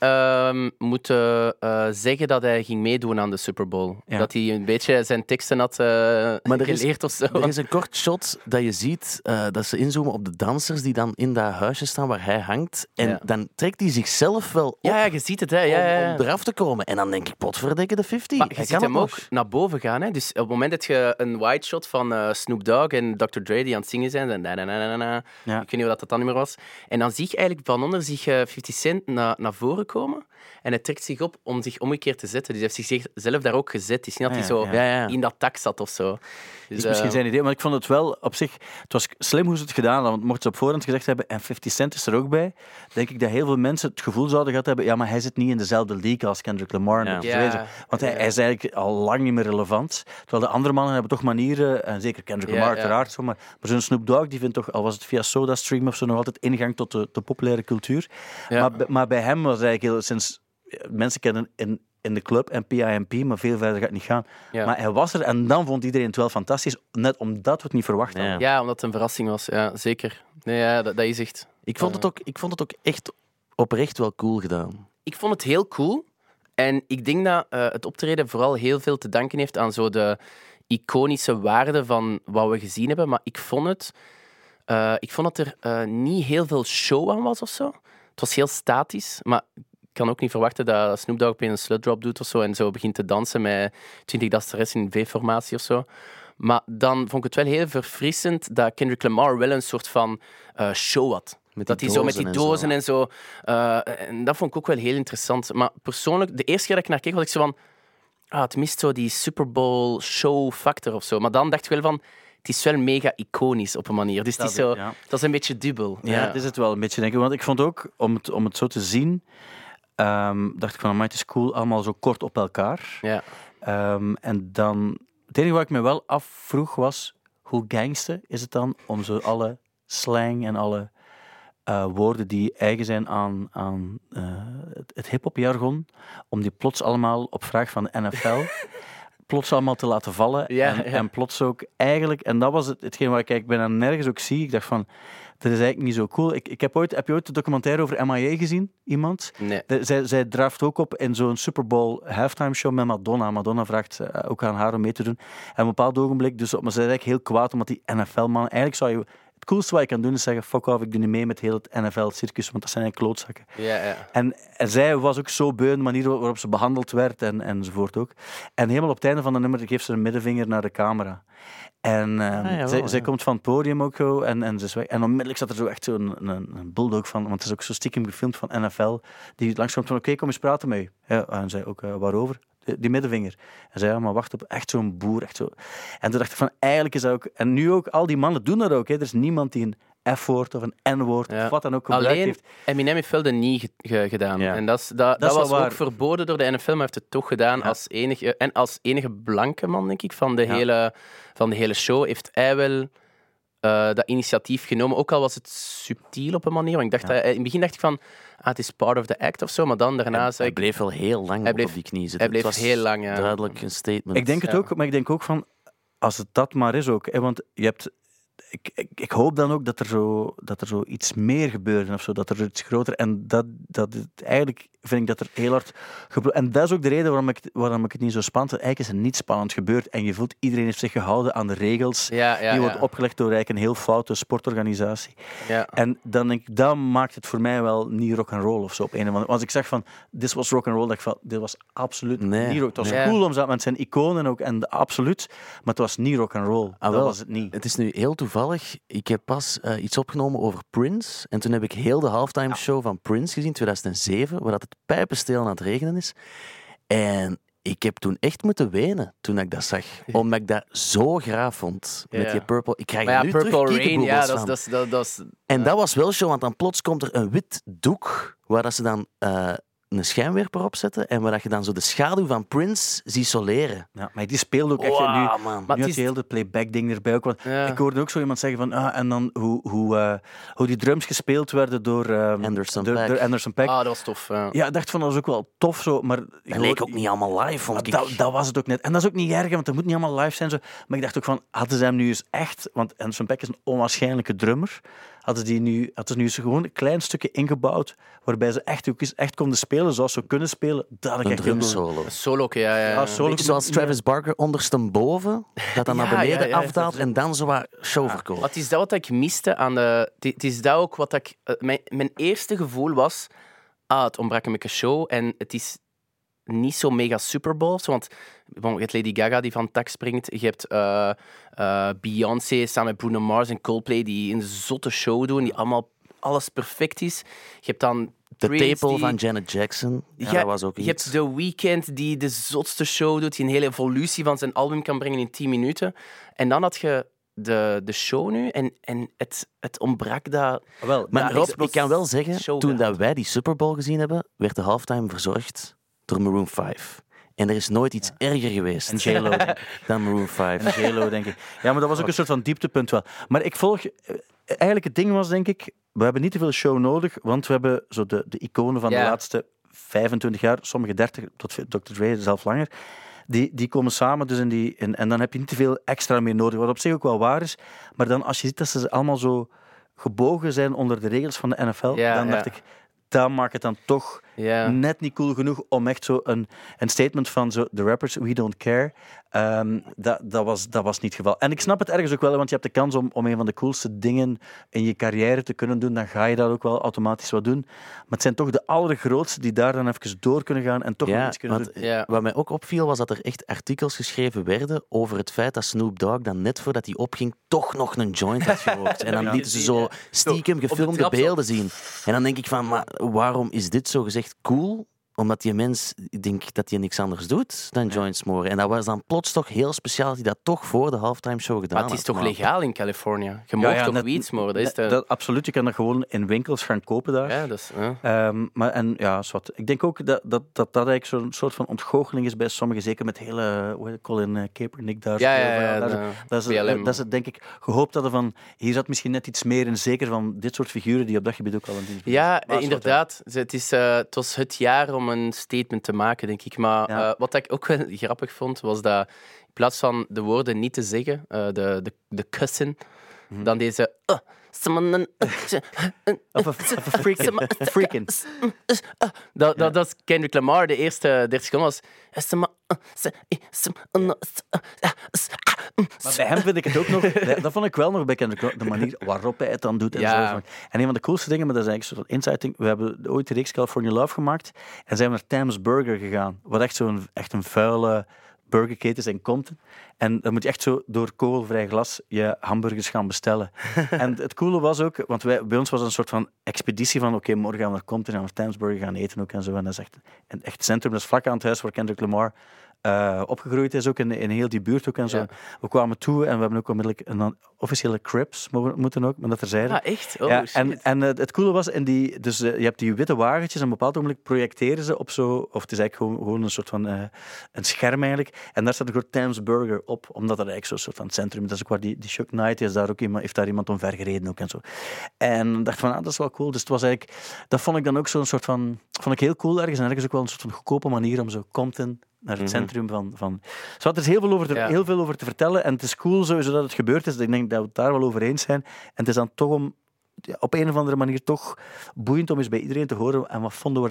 moeten zeggen dat hij ging meedoen aan de Super Bowl. Ja. Dat hij een beetje zijn teksten had geleerd of zo. Er is een kort shot dat je ziet dat ze inzoomen op de dansers die dan in dat huisje staan waar hij hangt. En dan trekt hij zichzelf wel op je ziet het, hè. Om eraf te komen. En dan denk ik, potverdikke de 50. Maar je ziet hem ook naar boven gaan. Hè. Dus op het moment dat je een wide shot van Snoop Dogg en Dr. Dre die aan het zingen zijn, ik weet niet wat dat dan niet meer was. En dan zie je eigenlijk van onder 50 Cent naar voren komen. En hij trekt zich op om zich omgekeerd te zetten. Dus hij heeft zichzelf daar ook gezet. Het is niet dat hij zo in dat tak zat of zo. Dus, is misschien zijn idee, maar ik vond het wel op zich... Het was slim hoe ze het gedaan hadden, want mochten ze op voorhand gezegd hebben en 50 Cent is er ook bij, denk ik dat heel veel mensen het gevoel zouden gehad hebben, ja, maar hij zit niet in dezelfde league als Kendrick Lamar. Want hij is eigenlijk al lang niet meer relevant. Terwijl de andere mannen hebben toch manieren, en zeker Kendrick Lamar uiteraard, maar zo'n Snoop Dogg, die vindt toch, al was het via SodaStream of zo, nog altijd ingang tot de populaire cultuur. Ja. Maar bij hem was eigenlijk heel, sinds... Mensen kennen in de club en PIMP, maar veel verder gaat het niet gaan. Ja. Maar hij was er en dan vond iedereen het wel fantastisch, net omdat we het niet verwacht hadden. Ja, omdat het een verrassing was. Ja, zeker. Nee, dat is echt... Ik vond het ook echt oprecht wel cool gedaan. Ik vond het heel cool. En ik denk dat het optreden vooral heel veel te danken heeft aan zo de iconische waarde van wat we gezien hebben. Maar ik vond dat er niet heel veel show aan was of zo. Het was heel statisch, maar... Ik kan ook niet verwachten dat Snoop Dogg opeens een slutdrop doet of zo en zo begint te dansen met 20 danseressen in V-formatie of zo. Maar dan vond ik het wel heel verfrissend dat Kendrick Lamar wel een soort van show had. Dat hij zo met die dozen en zo. En dat vond ik ook wel heel interessant. Maar persoonlijk, de eerste keer dat ik naar keek, was ik zo van... het mist zo die Super Bowl show factor of zo. Maar dan dacht ik wel van... Het is wel mega iconisch op een manier. Dus dat is een beetje dubbel. Ja, dat is het wel een beetje, denk ik. Want ik vond ook, om het zo te zien... dacht ik van, het is cool, allemaal zo kort op elkaar. Ja. En dan... Het enige wat ik me wel afvroeg was, hoe gangster is het dan om zo alle slang en alle woorden die eigen zijn aan het hip-hop-jargon, om die plots allemaal op vraag van de NFL... plots allemaal te laten vallen. En plots ook eigenlijk... En dat was hetgeen wat ik bijna nergens ook zie. Ik dacht van... Dat is eigenlijk niet zo cool. Heb je ooit de documentaire over MIA gezien? Iemand? Nee. Zij draaft ook op in zo'n Super Bowl halftime show met Madonna. Madonna vraagt ook aan haar om mee te doen. En op een bepaald ogenblik... maar zij is eigenlijk heel kwaad omdat die NFL-man... Eigenlijk zou je... Het coolste wat je kan doen is zeggen, fuck off, ik doe niet mee met heel het NFL-circus, want dat zijn eigenlijk klootzakken. Ja. En zij was ook zo beu, de manier waarop ze behandeld werd enzovoort ook. En helemaal op het einde van de nummer geeft ze een middenvinger naar de camera. En zij komt van het podium ook zo en ze is weg. En onmiddellijk zat er zo echt een bulldog van, want het is ook zo stiekem gefilmd van NFL, die langskomt van, oké, kom eens praten met je. Ja, en zij ook, waarover? Die middenvinger. En zei, maar wacht op, echt zo'n boer, echt zo. En toen dacht ik van, eigenlijk is dat ook... En nu ook, al die mannen doen dat ook. Hè. Er is niemand die een F-woord of een N-woord of wat dan ook gebruikt heeft. Eminem heeft wel de niet gedaan. Ja. En dat was ook verboden door de NFL, maar heeft het toch gedaan als enige blanke man, denk ik, van de hele show. Heeft hij wel dat initiatief genomen. Ook al was het subtiel op een manier. Want ik dacht in het begin dacht ik van... het is part of the act of zo, maar dan daarna... Hij bleef wel heel lang op die knie zitten. Hij bleef heel lang, ja. Duidelijk een statement. Ik denk het ook, maar ik denk ook van... Als het dat maar is ook... Hè, want je hebt... Ik hoop dan ook dat er zo iets meer gebeurt of zo, dat er iets groter... En dat het eigenlijk vind ik dat er heel hard... En dat is ook de reden waarom ik het niet zo spannend vind. Eigenlijk is er niet spannend gebeurd. En je voelt, iedereen heeft zich gehouden aan de regels. Die wordt opgelegd door eigenlijk een heel foute sportorganisatie. Ja. En dan denk ik, dat maakt het voor mij wel niet rock'n'roll of zo. Op een of andere. Als ik zeg van, dit was rock'n'roll, dat ik van, dit was absoluut niet rock. Het was cool om met zijn iconen ook, en absoluut. Maar het was niet rock'n'roll. Dat was het niet. Het is nu heel toevallig. Ik heb pas iets opgenomen over Prince. En toen heb ik heel de halftime show van Prince gezien, 2007, waar dat het pijpenstil aan het regenen is. En ik heb toen echt moeten wenen toen ik dat zag. Omdat ik dat zo graaf vond. Met die Purple... Ik krijg er nu Purple terug Rain, dat is... En dat was wel show, want dan plots komt er een wit doek waar dat ze dan... een schijnwerper opzetten en waar je dan zo de schaduw van Prince ziet soleren. Ja, maar die speelde ook echt nu. Man. Nu had je heel de playback-ding erbij ook. Want ik hoorde ook zo iemand zeggen van... en dan hoe die drums gespeeld werden door Anderson .Paak. Dat was tof. Ja, ik dacht van, dat was ook wel tof zo, maar... Dat leek ook niet allemaal live, vond ik. Dat was het ook net. En dat is ook niet erg, want het moet niet allemaal live zijn. Zo. Maar ik dacht ook van, hadden ze hem nu eens echt... Want Anderson .Paak is een onwaarschijnlijke drummer. Hadden ze nu eens gewoon een klein stukje ingebouwd, waarbij ze echt konden spelen zoals ze kunnen spelen. Dat ik een echt drumsolo. Een solo, ja. Beetje zoals Travis Barker ondersteboven, dat dan naar beneden afdaalt en dan zo wat show verkoopt. Het is dat wat ik miste aan de... Het is dat ook wat ik... Mijn eerste gevoel was... het ontbrak een beetje show en het is niet zo mega Super Bowl. Want je hebt Lady Gaga die van het dak springt. Je hebt Beyoncé samen met Bruno Mars en Coldplay die een zotte show doen, die allemaal alles perfect is. Je hebt dan de Tepel van Janet Jackson. Dat was ook iets. Je hebt The Weeknd die de zotste show doet, die een hele evolutie van zijn album kan brengen in 10 minuten. En dan had je de show nu en het ontbrak dat... Maar Rob, ik kan wel zeggen, toen dat wij die Super Bowl gezien hebben, werd de halftime verzorgd door Maroon 5. En er is nooit iets erger geweest dan Maroon 5. En J-Lo, denk ik. Ja, maar dat was ook een soort van dieptepunt wel. Maar ik volg... Eigenlijk het ding was, denk ik, we hebben niet te veel show nodig, want we hebben zo de iconen van de laatste 25 jaar, sommige 30, tot Dr. Dre zelf langer, die komen samen dus en dan heb je niet te veel extra meer nodig, wat op zich ook wel waar is. Maar dan als je ziet dat ze allemaal zo gebogen zijn onder de regels van de NFL, dan dacht ik, dat maakt het dan toch net niet cool genoeg om echt zo een statement van zo, de rappers, we don't care. Dat was niet het geval. En ik snap het ergens ook wel, want je hebt de kans om een van de coolste dingen in je carrière te kunnen doen, dan ga je dat ook wel automatisch wat doen. Maar het zijn toch de allergrootste die daar dan even door kunnen gaan en toch nog iets kunnen doen. Ja. Wat mij ook opviel, was dat er echt artikels geschreven werden over het feit dat Snoop Dogg dan net voordat hij opging, toch nog een joint had gerookt. En dan lieten ze zo stiekem gefilmde beelden zien. En dan denk ik van, maar waarom is dit zo gezegd cool? Omdat die mens, ik denk dat hij niks anders doet dan joints smoren. En dat was dan plots toch heel speciaal dat hij dat toch voor de halftime show gedaan had. Maar het is toch legaal in Californië? Je mag toch wiet smoren? Absoluut, je kan dat gewoon in winkels gaan kopen daar. Ja, dus, ik denk ook dat eigenlijk zo'n soort van ontgoocheling is bij sommigen, zeker met hele Colin Kaepernick daar. Dat is denk ik gehoopt dat er van, hier zat misschien net iets meer in, zeker van dit soort figuren die op dat gebied ook al een dienst doen. Ja, inderdaad. Het was het jaar om een statement te maken, denk ik. Maar wat ik ook wel grappig vond, was dat in plaats van de woorden niet te zeggen, de kussen, dan deze... Freaking. Dat is Kendrick Lamar, de eerste 30 seconden was... Maar bij hem vind ik het ook nog... Dat vond ik wel nog bij Kendrick, de manier waarop hij het dan doet. En een van de coolste dingen, maar dat is eigenlijk een soort van insighting, we hebben ooit de reeks California Love gemaakt en zijn we naar Tams Burger gegaan, wat echt een vuile burgerketen is in Compton. En dan moet je echt zo door kogelvrij glas je hamburgers gaan bestellen. En het coole was ook, want bij ons was het een soort van expeditie van oké, morgen gaan we naar Compton en naar Tams Burger gaan eten ook en zo. En dat is echt een echt centrum, dat is vlak aan het huis waar Kendrick Lamar opgegroeid is, ook in heel die buurt ook en zo. Ja. We kwamen toe en we hebben ook onmiddellijk een officiële Crips moeten ook, maar dat terzijde. Ah, echt? Oh, ja, en het coole was, dus je hebt die witte wagentjes en op een bepaald moment projecteren ze op zo, of het is eigenlijk gewoon een soort van een scherm eigenlijk, en daar staat een groot Tams Burger op, omdat dat eigenlijk zo'n soort van centrum is. Dat is ook waar die Chuck Knight is, heeft daar iemand omvergereden ook en zo. En ik dacht van, dat is wel cool. Dus het was eigenlijk, dat vond ik dan ook zo'n soort van, vond ik heel cool ergens, en ergens ook wel een soort van goedkope manier om zo Compton naar het centrum van... Zo, er is heel veel over te vertellen en het is cool sowieso dat het gebeurd is. Ik denk dat we het daar wel over eens zijn. En het is dan toch op een of andere manier toch boeiend om eens bij iedereen te horen en wat vonden we dan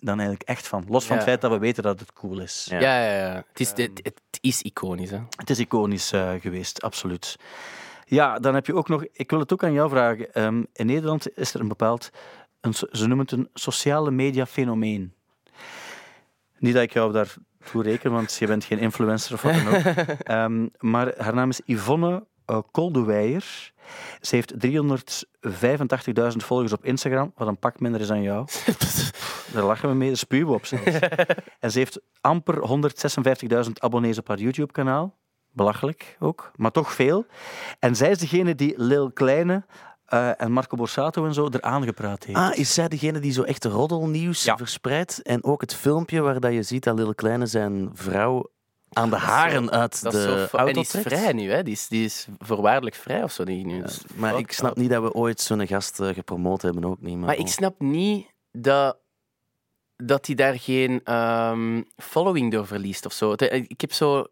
dan eigenlijk echt van. Los van het feit dat we weten dat het cool is. Ja. Het is iconisch. Hè? Het is iconisch geweest, absoluut. Ja, dan heb je ook nog... Ik wil het ook aan jou vragen. In Nederland is er een bepaald... ze noemen het een sociale media fenomeen. Niet dat ik jou daartoe reken, want je bent geen influencer of wat dan ook. Maar haar naam is Yvonne Koldewijer. Ze heeft 385.000 volgers op Instagram, wat een pak minder is dan jou. Daar lachen we mee, daar spuwen we op zelfs. En ze heeft amper 156.000 abonnees op haar YouTube-kanaal. Belachelijk ook, maar toch veel. En zij is degene die Lil Kleine en Marco Borsato en zo eraan gepraat heeft. Is zij degene die zo echt roddelnieuws verspreidt? En ook het filmpje waar dat je ziet dat Lil Kleine zijn vrouw aan de haren uit de auto en die is vrij nu, hè? Die is voorwaardelijk vrij of zo. Die nu. Maar ik snap niet dat we ooit zo'n gast gepromoot hebben, ook niet. Maar ik snap niet dat hij daar geen following door verliest of zo. Ik heb zo...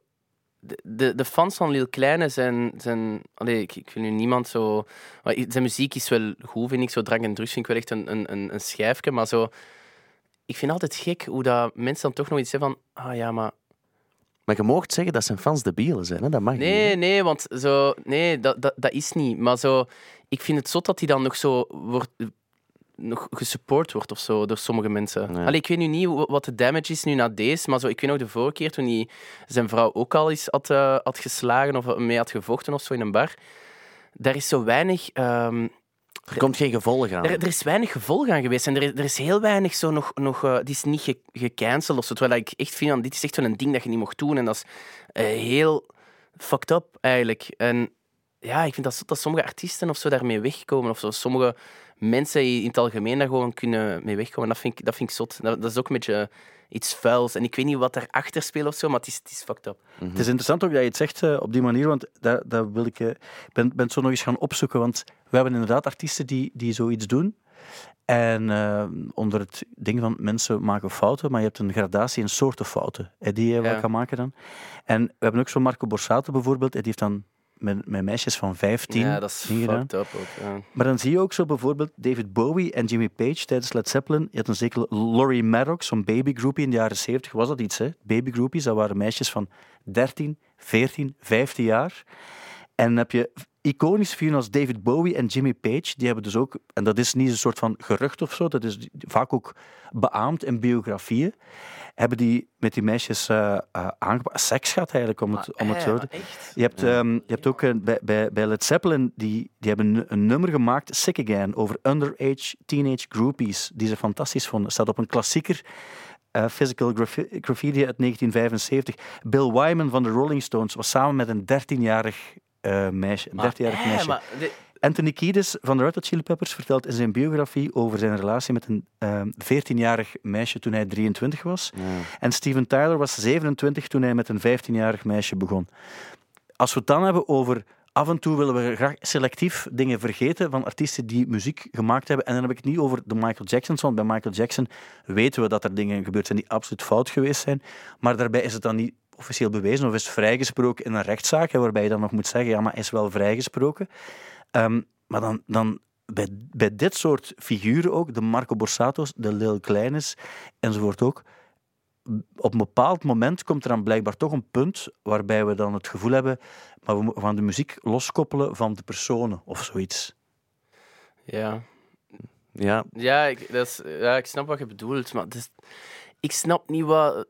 De fans van Lil Kleine zijn ik wil nu niemand zo... Zijn muziek is wel goed, vind ik. Zo Drank en Drugs vind ik wel echt een schijfje. Maar zo... Ik vind altijd gek hoe dat mensen dan toch nog iets zeggen van... Maar je mag zeggen dat zijn fans debielen zijn, hè? Dat mag niet. Nee, want zo... Nee, dat is niet. Maar zo... Ik vind het zot dat hij dan nog zo wordt... nog gesupport wordt of zo door sommige mensen. Ja. Ik weet nu niet wat de damage is nu na deze, maar zo, ik weet nog de vorige keer toen hij zijn vrouw ook al eens had geslagen of mee had gevochten of zo in een bar. Daar is zo weinig... Er komt geen gevolg aan. Er is weinig gevolg aan geweest en er is heel weinig zo nog die is niet gecanceld of zo. Terwijl ik echt vind, dit is echt wel een ding dat je niet mocht doen en dat is heel fucked up eigenlijk. En ja, ik vind dat sommige artiesten of zo daarmee wegkomen of zo. Sommige mensen in het algemeen daar gewoon kunnen mee wegkomen. Dat vind ik zot. Dat is ook een beetje iets vuils. En ik weet niet wat daarachter speelt of zo, maar het is fucked up. Mm-hmm. Het is interessant ook dat je het zegt op die manier, want daar wil ik ben het zo nog eens gaan opzoeken, want we hebben inderdaad artiesten die zoiets doen. En onder het ding van mensen maken fouten, maar je hebt een gradatie in soorten fouten die je wel kan maken dan. En we hebben ook zo'n Marco Borsato bijvoorbeeld, die heeft dan met meisjes van 15 ja, dat is fucked up ook. Ja. Maar dan zie je ook zo bijvoorbeeld David Bowie en Jimmy Page tijdens Led Zeppelin. Je had een zekere Laurie Maddox, zo'n babygroupie in de jaren 70. Was dat iets, hè? Babygroupies, dat waren meisjes van 13, 14, 15 jaar. En dan heb je iconische figuren als David Bowie en Jimmy Page. Die hebben dus ook, en dat is niet een soort van gerucht of zo, dat is vaak ook beaamd in biografieën, hebben die met die meisjes aangepakt. Seks gaat eigenlijk om het zo te... Je hebt ook bij Led Zeppelin, die hebben een nummer gemaakt, Sick Again, over underage teenage groupies, die ze fantastisch vonden. Het staat op een klassieker, Physical Graffiti uit 1975. Bill Wyman van de Rolling Stones was samen met een 13-jarig meisje. Anthony Kiedis van de Red Hot Chili Peppers vertelt in zijn biografie over zijn relatie met een 14-jarig meisje toen hij 23 was. Ja. En Steven Tyler was 27 toen hij met een 15-jarig meisje begon. Als we het dan hebben over... Af en toe willen we graag selectief dingen vergeten van artiesten die muziek gemaakt hebben. En dan heb ik het niet over de Michael Jacksons, want bij Michael Jackson weten we dat er dingen gebeurd zijn die absoluut fout geweest zijn. Maar daarbij is het dan niet officieel bewezen of is vrijgesproken in een rechtszaak, waarbij je dan nog moet zeggen, ja, maar hij is wel vrijgesproken. Maar dan bij dit soort figuren ook, de Marco Borsato's, de Lil Kleines enzovoort ook, op een bepaald moment komt er dan blijkbaar toch een punt waarbij we dan het gevoel hebben, maar we gaan de muziek loskoppelen van de personen of zoiets. Ja, ik snap wat je bedoelt, maar ik snap niet wat...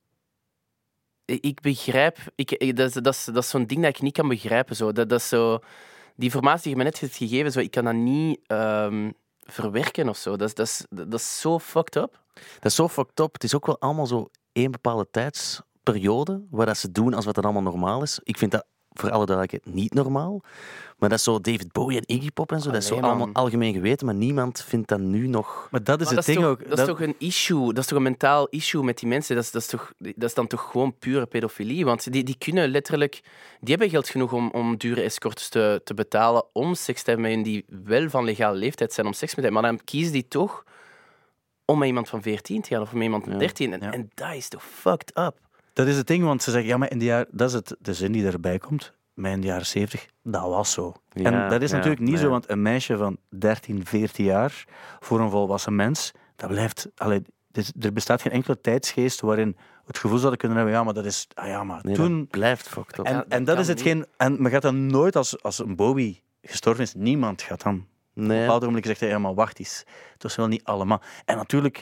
Ik begrijp... Dat is zo'n ding dat ik niet kan begrijpen. Zo. Dat is zo... Die informatie die je me net hebt gegeven, zo, ik kan dat niet verwerken of zo. Dat is zo fucked up. Dat is zo fucked up. Het is ook wel allemaal zo één bepaalde tijdsperiode waar dat ze doen als wat dat allemaal normaal is. Ik vind dat voor alle duidelijkheid niet normaal. Maar dat is zo David Bowie en Iggy Pop en zo. Dat is zo allemaal algemeen geweten, maar niemand vindt dat nu nog... Maar dat is het ding ook. Dat is toch een issue? Dat is toch een mentaal issue met die mensen? Dat is dan toch gewoon pure pedofilie? Want die kunnen letterlijk... Die hebben geld genoeg om dure escorts te betalen om seks te hebben met hen die wel van legale leeftijd zijn om seks met hen. Maar dan kiezen die toch om met iemand van 14 te gaan of met iemand van 13. En dat is toch fucked up? Dat is het ding, want ze zeggen, ja, maar in de jaren... Dat is de zin die erbij komt. Maar in de jaren 70, dat was zo. Ja, en dat is natuurlijk niet zo, want een meisje van 13, 14 jaar voor een volwassen mens, dat blijft... Dus er bestaat geen enkele tijdsgeest waarin het gevoel zouden kunnen hebben, ja, maar dat is... maar Nee, toen... dat blijft fucked up. En dat is hetgeen... En men gaat dan nooit, als een Bowie gestorven is, niemand gaat dan... Op een bepaald ogenblik zegt hij, ja, maar wacht eens. Het was wel niet allemaal. En natuurlijk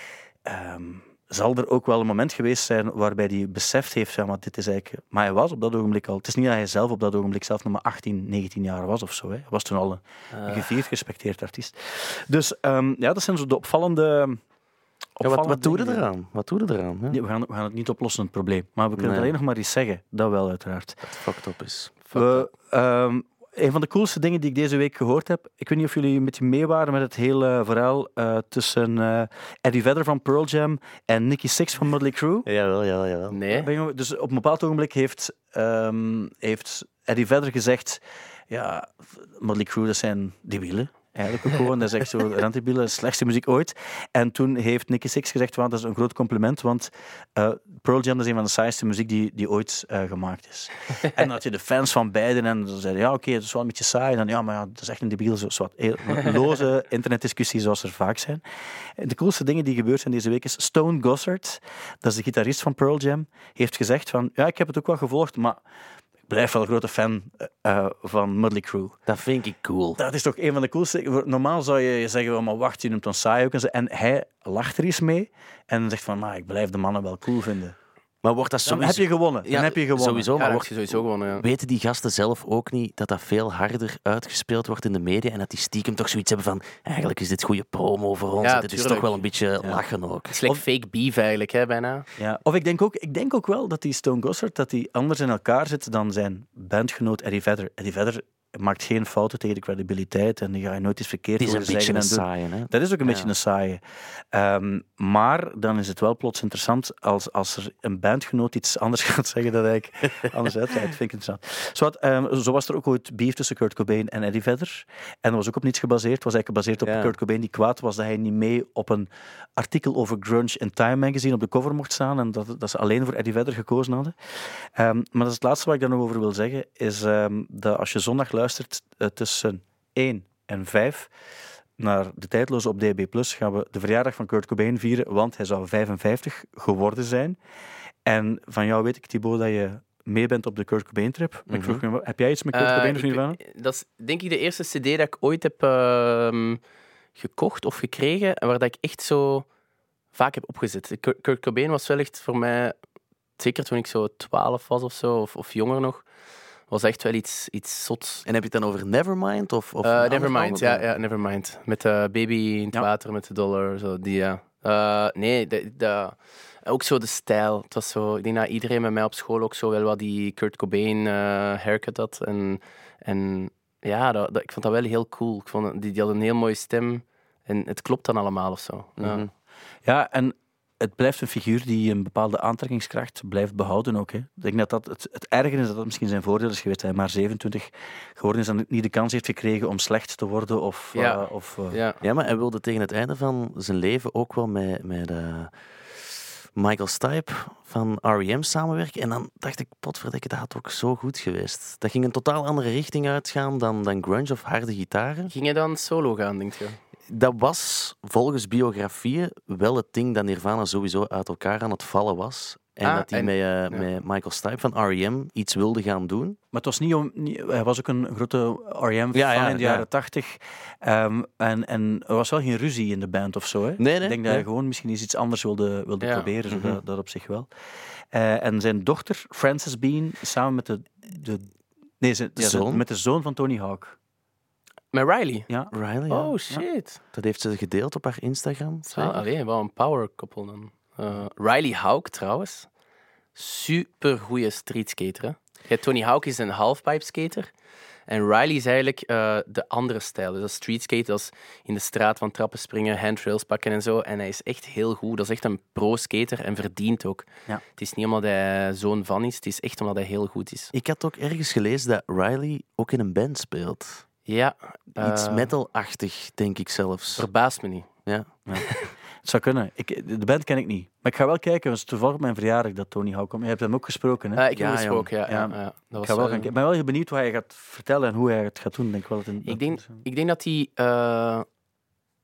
zal er ook wel een moment geweest zijn waarbij hij beseft heeft, ja, maar dit is eigenlijk... Maar hij was op dat ogenblik al... Het is niet dat hij zelf op dat ogenblik zelf nog maar 18, 19 jaar was of zo. Hè. Hij was toen al een gevierd, gerespecteerd artiest. Dus dat zijn zo de opvallende... Wat doe je eraan? Wat doe je eraan? Ja? Nee, we gaan het niet oplossen, het probleem. Maar we kunnen het alleen nog maar eens zeggen. Dat wel, uiteraard. Dat fucked up is. Een van de coolste dingen die ik deze week gehoord heb, ik weet niet of jullie een beetje mee waren met het hele verhaal tussen Eddie Vedder van Pearl Jam en Nicky Sixx van Mötley Crüe. Jawel. Nee. Dus op een bepaald ogenblik heeft Eddie Vedder gezegd, ja, Mötley Crüe, dat zijn debielen. Eigenlijk ook gewoon, dat is echt zo randebiele, slechtste muziek ooit. En toen heeft Nicky Sixx gezegd, dat is een groot compliment, want Pearl Jam is een van de saaiste muziek die ooit gemaakt is. En dan had je de fans van beiden en ze zeiden, ja, oké, het is wel een beetje saai. En dan, maar dat is echt een debiel, loze internetdiscussie zoals er vaak zijn. En de coolste dingen die gebeurd zijn deze week is, Stone Gossard, dat is de gitarist van Pearl Jam, heeft gezegd van, ja, ik heb het ook wel gevolgd, maar... Ik blijf wel een grote fan van Mötley Crüe. Dat vind ik cool. Dat is toch een van de coolste... Normaal zou je zeggen, oh, maar wacht, je noemt ons saai ook. En hij lacht er eens mee en zegt van, ik blijf de mannen wel cool vinden. Maar wordt dat sowieso... Dan heb je gewonnen. Ja, sowieso, maar wordt sowieso gewonnen. Ja. Weten die gasten zelf ook niet dat veel harder uitgespeeld wordt in de media en dat die stiekem toch zoiets hebben van eigenlijk is dit goede promo voor ons. Ja, dit is toch wel een beetje lachen ook. Het is like fake beef eigenlijk, hè, bijna. Ja. Of ik denk ook wel dat die Stone Gossard dat die anders in elkaar zit dan zijn bandgenoot Eddie Vedder. Eddie Vedder maakt geen fouten tegen de credibiliteit en die ga je nooit iets verkeerd Het is horen een beetje zeggen een en doen. saaie, hè? Dat is ook een beetje een saaie. Maar dan is het wel plots interessant als er een bandgenoot iets anders gaat zeggen dat eigenlijk anders uitdraait. Dat vind ik interessant. Zo was er ook ooit beef tussen Kurt Cobain en Eddie Vedder. En dat was ook op niets gebaseerd. Het was eigenlijk gebaseerd op Kurt Cobain die kwaad was dat hij niet mee op een artikel over grunge in Time magazine op de cover mocht staan en dat ze alleen voor Eddie Vedder gekozen hadden. Maar dat is het laatste wat ik daar nog over wil zeggen, is dat als je zondag luistert tussen 1 en 5 naar de Tijdloze op DAB+, gaan we de verjaardag van Kurt Cobain vieren, want hij zou 55 geworden zijn. En van jou weet ik, Thibaut, dat je mee bent op de Kurt Cobain-trip. Ik vroeg me, heb jij iets met Kurt Cobain of niet van? Dat is denk ik de eerste cd dat ik ooit heb gekocht of gekregen, en waar dat ik echt zo vaak heb opgezet. Kurt Cobain was wel echt voor mij, zeker toen ik zo 12 was of zo, of jonger nog, was echt wel iets zots. En heb je het dan over Nevermind? Of Nevermind, ja, Nevermind. Met Baby in het water, met de dollar, zo, die, ja. Nee, ook zo de stijl. Het was zo, ik denk dat iedereen met mij op school ook zo wel wat die Kurt Cobain haircut had. En ja, ik vond dat wel heel cool. Ik vond, die had een heel mooie stem. En het klopt dan allemaal of zo. Mm-hmm. Ja, en het blijft een figuur die een bepaalde aantrekkingskracht blijft behouden ook. Hè. Ik denk dat het erger is dat misschien zijn voordeel is geweest. Hij maar 27 geworden is en niet de kans heeft gekregen om slecht te worden. Ja, maar hij wilde tegen het einde van zijn leven ook wel met Michael Stipe van R.E.M. samenwerken. En dan dacht ik, potverdikke, dat had ook zo goed geweest. Dat ging een totaal andere richting uitgaan dan grunge of harde gitaren. Ging je dan solo gaan, denk je? Dat was volgens biografieën wel het ding dat Nirvana sowieso uit elkaar aan het vallen was. En dat hij met Michael Stipe van R.E.M. iets wilde gaan doen. Maar het was hij was ook een grote R.E.M.-fan in de jaren 80. En er was wel geen ruzie in de band of zo. Hè? Nee, ik denk dat hij gewoon misschien eens iets anders wilde proberen. Zo dat op zich wel. En zijn dochter, Frances Bean, samen met met de zoon van Tony Hawk. Met Riley? Ja. Riley, Oh, shit. Dat heeft ze gedeeld op haar Instagram. Allee, wel een power couple dan. Riley Hawk, trouwens. Super goede streetskater. Tony Hawk is een halfpipe skater. En Riley is eigenlijk de andere stijl. Dus dat streetskaten, dat is in de straat van trappen springen, handrails pakken en zo. En hij is echt heel goed. Dat is echt een pro-skater en verdient ook. Ja. Het is niet omdat hij zoon van is, het is echt omdat hij heel goed is. Ik had ook ergens gelezen dat Riley ook in een band speelt. Ja. Iets metal-achtig, denk ik zelfs. Verbaast me niet. Ja. Het zou kunnen. De band ken ik niet. Maar ik ga wel kijken. Het was toevallig op mijn verjaardag dat Tony Hawk komt. Je hebt hem ook gesproken, hè? Ik heb hem gesproken, ja. Dat ik ga wel gaan kijken. Ik ben wel heel benieuwd wat hij gaat vertellen en hoe hij het gaat doen. Ik denk wel dat ik denk dat hij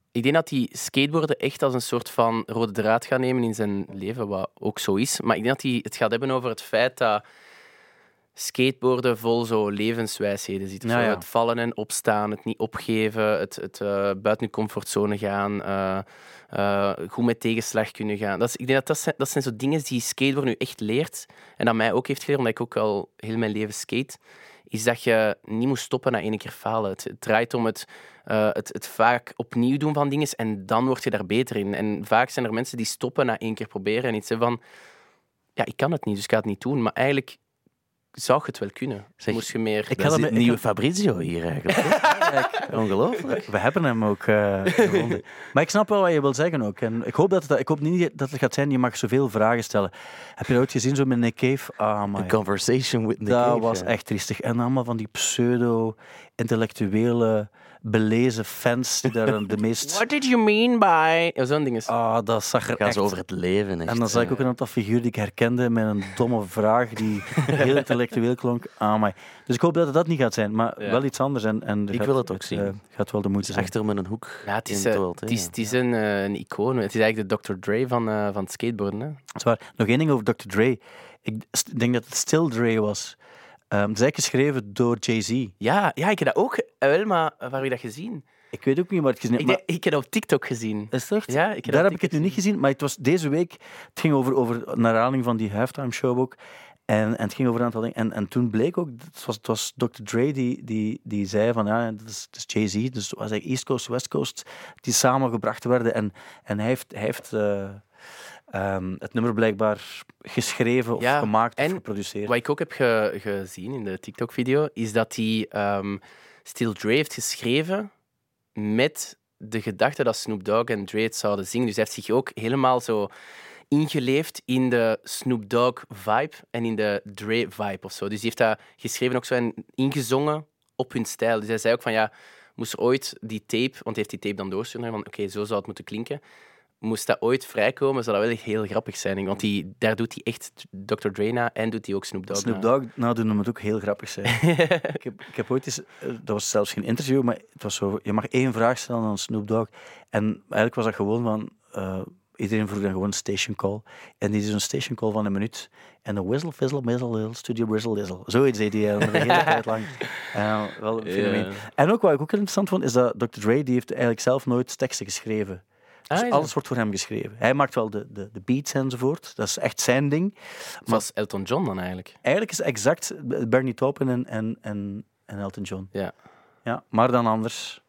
Ik denk dat hij skateboarden echt als een soort van rode draad gaat nemen in zijn leven, wat ook zo is. Maar ik denk dat hij het gaat hebben over het feit dat skateboarden vol zo levenswijsheden zit. Ja, ja. Het vallen en opstaan, het niet opgeven, het buiten je comfortzone gaan, goed met tegenslag kunnen gaan. Ik denk dat zijn zo dingen die skateboarden nu echt leert. En dat mij ook heeft geleerd, omdat ik ook al heel mijn leven skate, is dat je niet moet stoppen na 1 keer falen. Het draait om het vaak opnieuw doen van dingen en dan word je daar beter in. En vaak zijn er mensen die stoppen na 1 keer proberen en iets van, ja, ik kan het niet, dus ik ga het niet doen. Maar eigenlijk zou je het wel kunnen. Moest je meer... Dat is het nieuwe Fabrizio hier eigenlijk. Ongelooflijk. We hebben hem ook gevonden. Maar ik snap wel wat je wil zeggen ook. En ik hoop niet dat het gaat zijn, je mag zoveel vragen stellen. Heb je dat ooit gezien, zo met Nick Cave? A conversation with Nick Cave. Dat was echt triestig. En allemaal van die pseudo-intellectuele, belezen fans die daar de meest... What did you mean by... Ja, zo'n ding is... dat zag er Gaan echt... ze over het leven. Echt. En dan zag ik ook een aantal figuren die ik herkende met een domme vraag die heel intellectueel klonk. Dus ik hoop dat het dat niet gaat zijn, maar wel iets anders. En ik wil het ook zien. Gaat wel de moeite zijn. Achter met een hoek. Ja, het is een icoon. Het is eigenlijk de Dr. Dre van het skateboarden. Hè. Dat is waar. Nog één ding over Dr. Dre. Ik denk dat het Still Dre was. Het is eigenlijk geschreven door Jay-Z. Ja, ik heb dat ook wel, maar waar heb je dat gezien? Ik weet ook niet waar het gezien heb. Ik heb dat op TikTok gezien. Is het echt? Ja, daar heb ik het nu niet gezien, maar het was deze week. Het ging over naar aanleiding van die halftime show ook. En het ging over een aantal dingen. En toen bleek ook, het was Dr. Dre die zei van, ja, dat is Jay-Z, dus het was eigenlijk East Coast, West Coast, die samengebracht werden. En hij heeft het nummer blijkbaar geschreven of gemaakt of geproduceerd. Wat ik ook heb gezien in de TikTok-video, is dat hij Still Dre heeft geschreven met de gedachte dat Snoop Dogg en Dre het zouden zingen. Dus hij heeft zich ook helemaal zo ingeleefd in de Snoop Dogg-vibe en in de Dre-vibe of zo. Dus hij heeft dat geschreven ook zo en ingezongen op hun stijl. Dus hij zei ook van, ja, moest er ooit die tape, want hij heeft die tape dan doorgestuurd, van oké, zo zou het moeten klinken. Moest dat ooit vrijkomen, zou dat wel echt heel grappig zijn. Want daar doet hij echt Dr. Dre na en doet hij ook Snoop Dogg Snoop Dogg nadoen moet ook heel grappig zijn. ik heb ooit eens... Dat was zelfs geen interview, maar het was zo... Je mag 1 vraag stellen aan Snoop Dogg. En eigenlijk was dat gewoon van... iedereen vroeg dan gewoon station call. En die is een station call van 1 minuut. En een whistle, fizzle, mizzle, studio whistle, dizzle. Zoiets deed hij de hele tijd lang. Wel een fenomeen. En ook wat ik ook interessant vond, is dat Dr. Dre, die heeft eigenlijk zelf nooit teksten geschreven. Dus alles wordt voor hem geschreven. Hij maakt wel de beats enzovoort. Dat is echt zijn ding. Zoals Elton John dan eigenlijk. Eigenlijk is het exact Bernie Taupin en Elton John. Ja, maar dan anders.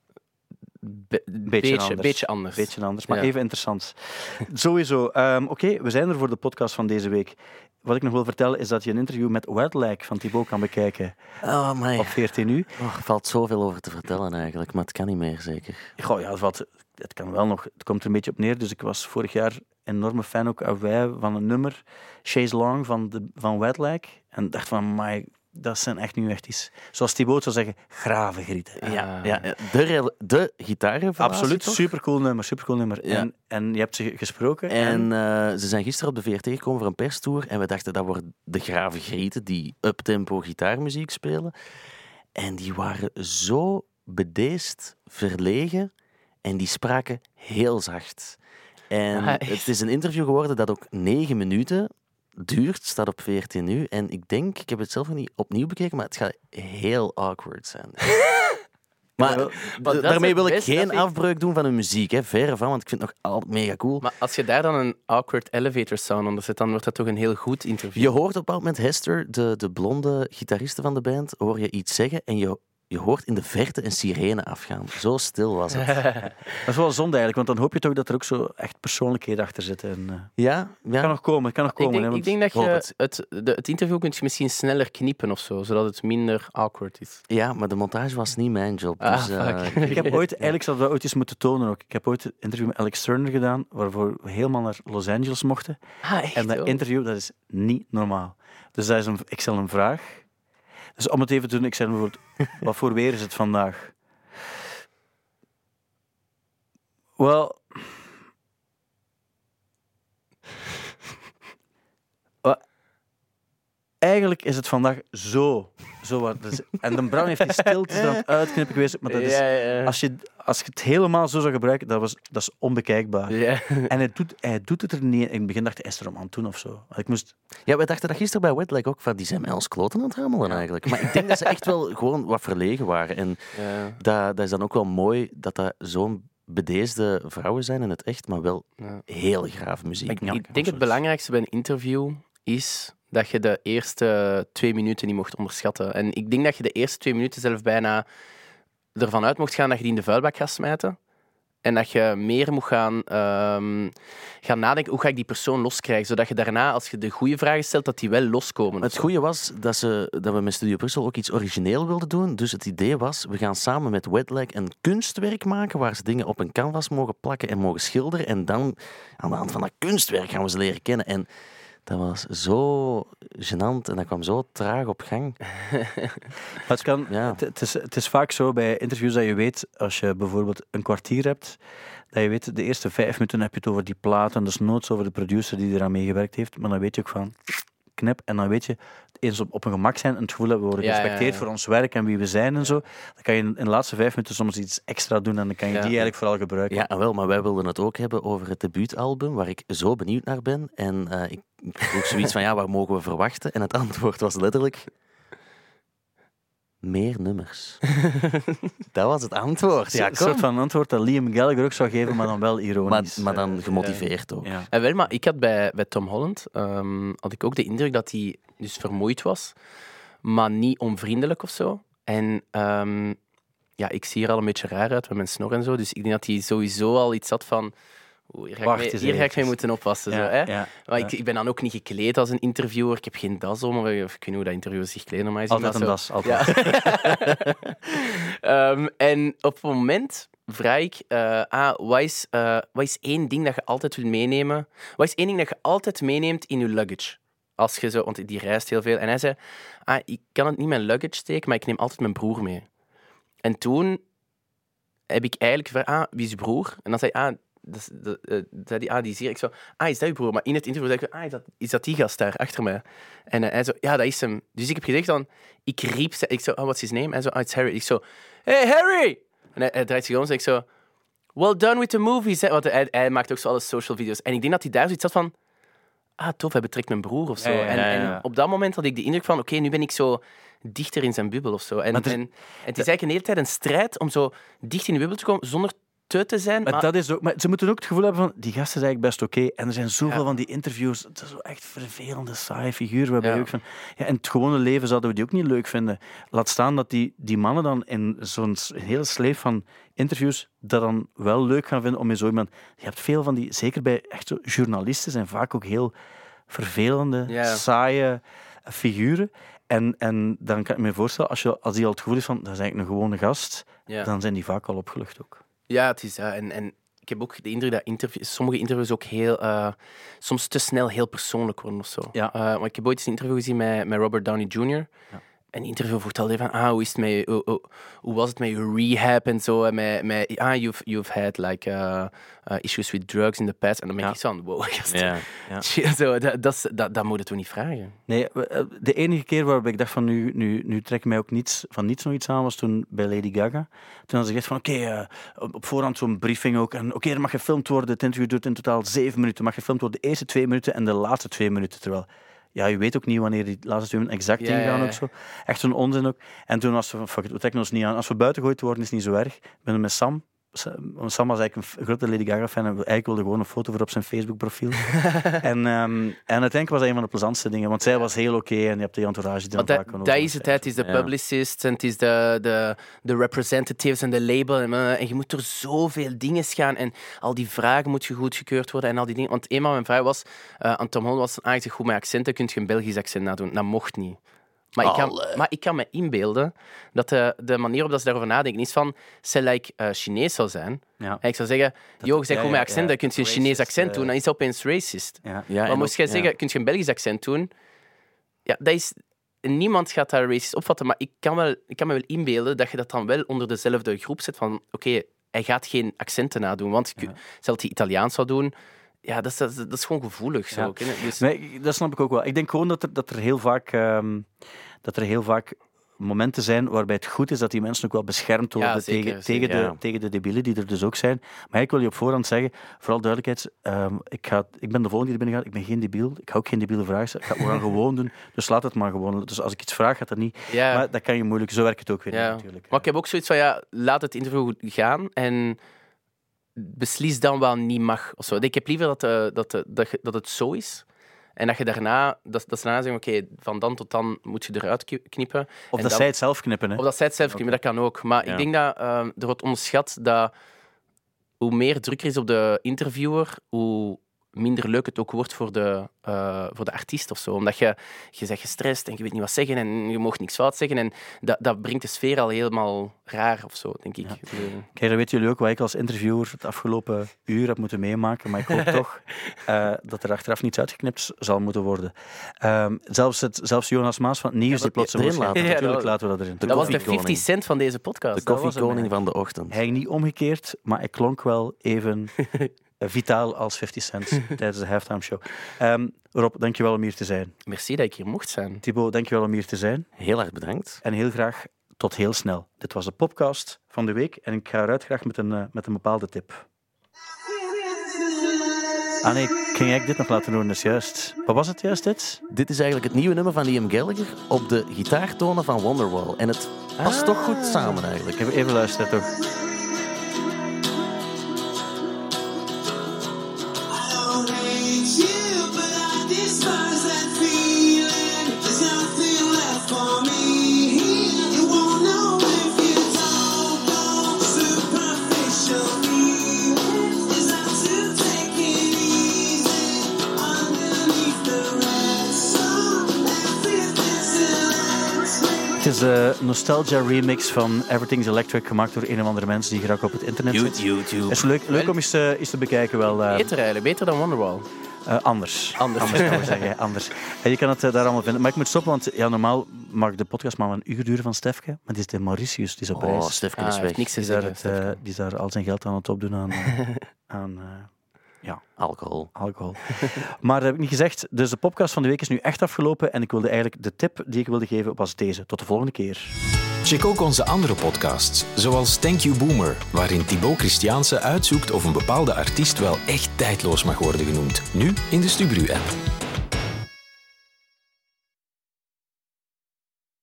Beetje anders, maar even interessant. Sowieso. Oké, we zijn er voor de podcast van deze week. Wat ik nog wil vertellen is dat je een interview met Wetlag van Thibaut kan bekijken op 14 uur. Er valt zoveel over te vertellen eigenlijk, maar het kan niet meer zeker. Goh, ja, het kan wel nog. Het komt er een beetje op neer. Dus ik was vorig jaar een enorme fan ook van een nummer, Chase Long van Wetlag. En dacht van, dat zijn echt nu echt iets, zoals Thibaut zou zeggen, gravengrieten. Ja. De gitaarrevelatie. Absoluut, toch? Supercool nummer. Ja. En je hebt ze gesproken. En ze zijn gisteren op de VRT gekomen voor een perstour en we dachten dat worden de gravengrieten die uptempo gitaarmuziek spelen. En die waren zo bedeesd, verlegen en die spraken heel zacht. En het is een interview geworden dat ook 9 minuten duurt, staat op 14 nu. En ik heb het zelf nog niet opnieuw bekeken, maar het gaat heel awkward zijn. Maar daarmee wil ik geen afbreuk doen van de muziek, hè. Verre van, want ik vind het nog altijd mega cool. Maar als je daar dan een awkward elevator sound onder zet, dan wordt dat toch een heel goed interview. Je hoort op een bepaald moment Hester, de blonde gitariste van de band, hoor je iets zeggen en je hoort in de verte een sirene afgaan. Zo stil was het. Dat is wel zonde eigenlijk, want dan hoop je toch dat er ook zo echt persoonlijkheden achter zitten. Ja. Het kan nog komen. Ik denk dat je het interview kunt je misschien sneller knippen of zo, zodat het minder awkward is. Ja, maar de montage was niet mijn job. Dus, ik heb eigenlijk zou dat ooit eens moeten tonen ook. Ik heb ooit een interview met Alex Turner gedaan, waarvoor we helemaal naar Los Angeles mochten. En dat interview, dat is niet normaal. Dus dat is ik stel een vraag. Dus om het even te doen, ik zeg bijvoorbeeld, wat voor weer is het vandaag? Wel... eigenlijk is het vandaag zo wat. Dus, en de Brown heeft die stiltes aan het uitknippen geweest, maar dat is, als je het helemaal zo zou gebruiken, dat is onbekijkbaar. Ja. En hij doet het er niet. In het begin dacht hij, is er om aan het doen of zo. Ja, we dachten dat gisteren bij Wetlag ook, van die zijn mij als kloten aan het rammelen eigenlijk. Maar ik denk dat ze echt wel gewoon wat verlegen waren. En dat is dan ook wel mooi dat zo'n bedeesde vrouwen zijn in het echt, maar wel heel graaf muziek. Ik denk het belangrijkste bij een interview is dat je de eerste 2 minuten niet mocht onderschatten. En ik denk dat je de eerste 2 minuten zelf bijna ervan uit mocht gaan dat je die in de vuilbak gaat smijten. En dat je meer moet gaan nadenken, hoe ga ik die persoon loskrijgen? Zodat je daarna, als je de goede vragen stelt, dat die wel loskomen. Het goede was dat we met Studio Brussel ook iets origineel wilden doen. Dus het idee was, we gaan samen met Wetlag een kunstwerk maken waar ze dingen op een canvas mogen plakken en mogen schilderen. En dan, aan de hand van dat kunstwerk, gaan we ze leren kennen. En dat was zo gênant en dat kwam zo traag op gang. Het is vaak zo bij interviews dat je weet, als je bijvoorbeeld een kwartier hebt, dat je weet, de eerste 5 minuten heb je het over die plaat en dus noods over de producer die eraan meegewerkt heeft, maar dan weet je ook van knip en dan weet je eens op een gemak zijn en het gevoel hebben we worden gerespecteerd voor ons werk en wie we zijn en zo. Dan kan je in de laatste 5 minuten soms iets extra doen en dan kan je die eigenlijk vooral gebruiken. Ja, wel, maar wij wilden het ook hebben over het debuutalbum, waar ik zo benieuwd naar ben. En ik vroeg zoiets van, waar mogen we verwachten? En het antwoord was letterlijk... meer nummers. Dat was het antwoord. Ja, een soort van antwoord dat Liam Gallagher ook zou geven, maar dan wel ironisch. Maar dan gemotiveerd ook. Ja. En wel, maar ik had bij Tom Holland had ik ook de indruk dat hij dus vermoeid was, maar niet onvriendelijk of zo. En ik zie hier al een beetje raar uit met mijn snor en zo, dus ik denk dat hij sowieso al iets had van... Hier ga ik mee moeten oppassen. Ja, zo, hè? ja, maar ik ben dan ook niet gekleed als een interviewer. Ik heb geen das om, of ik weet niet hoe dat interviewers zich kleden. Maar altijd een das, altijd. Ja. En op het moment vraag ik, wat is één ding dat je altijd wil meenemen? Wat is één ding dat je altijd meeneemt in je luggage? Als je zo, want die reist heel veel. En hij zei, ik kan het niet in mijn luggage steken, maar ik neem altijd mijn broer mee. En toen heb ik eigenlijk gevraagd, wie is je broer? En dan zei hij, die is hier. Ik zo, is dat je broer? Maar in het interview zei ik, is dat die gast daar achter mij? En hij zo, ja, dat is hem. Dus ik heb gezegd dan, ik riep, ik zo, what's his name? Hij zo, it's Harry. Ik zo, hey Harry! En hij draait zich om en ik zo, well done with the movies. Want hij maakt ook zo alle social video's. En ik denk dat hij daar zoiets had van, tof, hij betrekt mijn broer of zo. Ja. En op dat moment had ik de indruk van, oké, nu ben ik zo dichter in zijn bubbel of zo. En het is eigenlijk een hele tijd een strijd om zo dicht in de bubbel te komen, zonder te zijn. Maar dat is ook, maar ze moeten ook het gevoel hebben van, die gast is eigenlijk best oké. En er zijn zoveel van die interviews, het is zo echt vervelende, saaie figuur, waarbij je ook van, in het gewone leven zouden we die ook niet leuk vinden. Laat staan dat die mannen dan in zo'n hele sleef van interviews dat dan wel leuk gaan vinden om in zo iemand... Je hebt veel van die, zeker bij echt zo journalisten, zijn vaak ook heel vervelende, saaie figuren. En dan kan ik me voorstellen, als die al het gevoel is van, dat is eigenlijk een gewone gast, dan zijn die vaak al opgelucht ook. Ja, het is en ik heb ook de indruk dat sommige interviews ook heel, soms te snel heel persoonlijk worden of zo. Ja. Maar ik heb ooit eens een interview gezien met Robert Downey Jr. Ja. En die interview vroeg al even van, hoe is het met hoe was het met je rehab en zo? En you've had like issues with drugs in the past. En dan ben ik zo van, wow, gast. Zo, dat moet het toch niet vragen? Nee, de enige keer waarop ik dacht van, nu trek ik mij ook niets nog iets aan, was toen bij Lady Gaga. Toen had ze gezegd van, oké, op voorhand zo'n briefing ook. En er mag gefilmd worden, het interview duurt in totaal 7 minuten. Mag gefilmd worden de eerste 2 minuten en de laatste 2 minuten. Terwijl... Ja, je weet ook niet wanneer die laatste 2 minuten exact ingaan ook zo. Echt zo'n onzin ook. En toen was we trekken ons niet aan. Als we buiten gegooid worden, is het niet zo erg. Ik ben er met Sam. Sam was eigenlijk een grote Lady Gaga-fan en eigenlijk wilde gewoon een foto voor op zijn Facebook-profiel. en uiteindelijk was dat een van de plezantste dingen, want zij was heel oké en je hebt die entourage die dan vaak kan. Dat is het, het is de publicists en het is de representatives en de label en je moet door zoveel dingen gaan en al die vragen moeten goedgekeurd worden en al die dingen. Want eenmaal mijn vraag was, aan Tom Holland was eigenlijk goed met accenten, kun je een Belgisch accent nadoen. Dat mocht niet. Maar ik kan me inbeelden dat de manier op dat ze daarover nadenken is van, ze lijkt Chinees zou zijn. Ja. En ik zou zeggen, je zegt goed met accent, dan kun je een Chinees accent doen, dan is dat opeens racist. Maar moest jij zeggen, kun je een Belgisch accent doen? Ja, dat is... Niemand gaat dat racist opvatten, maar ik kan me wel inbeelden dat je dat dan wel onder dezelfde groep zet van, oké, hij gaat geen accenten nadoen, want stel dat hij Italiaans zou doen, Ja, dat is gewoon gevoelig. Zo, dus... Nee, dat snap ik ook wel. Ik denk gewoon dat er heel vaak momenten zijn waarbij het goed is dat die mensen ook wel beschermd worden tegen de debielen die er dus ook zijn. Maar ik wil je op voorhand zeggen, vooral duidelijkheid, ik ben de volgende die er binnen gaat, ik ben geen debiel, ik ga ook geen debiele vragen stellen, we gaan gewoon doen, dus laat het maar gewoon. Dus als ik iets vraag, gaat dat niet. Ja. Maar dat kan je moeilijk, zo werkt het ook weer niet, natuurlijk. Maar ik heb ook zoiets van, laat het interview gaan en beslis dan wel niet mag. Of zo. Ik heb liever dat het zo is. En dat je daarna, dat ze daarna zeggen, oké, van dan tot dan moet je eruit knippen. Of dat zij het zelf knippen. Hè? Of dat zij het zelf knippen, dat kan ook. Maar ik denk dat er wordt onderschat dat hoe meer druk er is op de interviewer, hoe minder leuk het ook wordt voor de artiest of zo. Omdat je bent gestrest en je weet niet wat zeggen en je mag niks fout zeggen. En dat brengt de sfeer al helemaal raar of zo, denk ik. Ja. Kijk, dan weten jullie ook wat ik als interviewer het afgelopen uur heb moeten meemaken. Maar ik hoop toch dat er achteraf niets uitgeknipt zal moeten worden. Zelfs Jonas Maas van het Nieuws die plots erin laten. Natuurlijk laten we dat erin. Dat was de 50 cent van deze podcast. De koffiekoning van de ochtend. Hij niet omgekeerd, maar hij klonk wel even... vitaal als 50 Cent tijdens de halftime show. Rob, dankjewel om hier te zijn. Merci dat ik hier mocht zijn. Thibaut, dankjewel om hier te zijn. Heel erg bedankt. En heel graag tot heel snel. Dit was de podcast van de week en ik ga eruit graag met een bepaalde tip. Ah nee, ik ging eigenlijk dit nog laten doen, dus juist. Wat was het juist dit? Dit is eigenlijk het nieuwe nummer van Liam Gallagher op de gitaartonen van Wonderwall. En het past toch goed samen eigenlijk. Even luisteren toch. Het is de Nostalgia remix van Everything's Electric, gemaakt door een of andere mensen die graag op het internet zit. YouTube. Het is leuk om eens te bekijken. Wel, beter eigenlijk, beter dan Wonderwall. Anders kan we zeggen, anders. En je kan het daar allemaal vinden. Maar ik moet stoppen, want normaal mag de podcast maar een uur duren van Stefke, maar dit is de Mauritius, die is op reis. Oh, Stefke is weg. Niks die is daar al zijn geld aan het opdoen aan alcohol. Maar dat heb ik niet gezegd. Dus de podcast van de week is nu echt afgelopen en ik wilde eigenlijk de tip die ik wilde geven was deze. Tot de volgende keer. Check ook onze andere podcasts, zoals Thank You Boomer, waarin Thibaut Christiaanse uitzoekt of een bepaalde artiest wel echt tijdloos mag worden genoemd. Nu in de Stubru-app.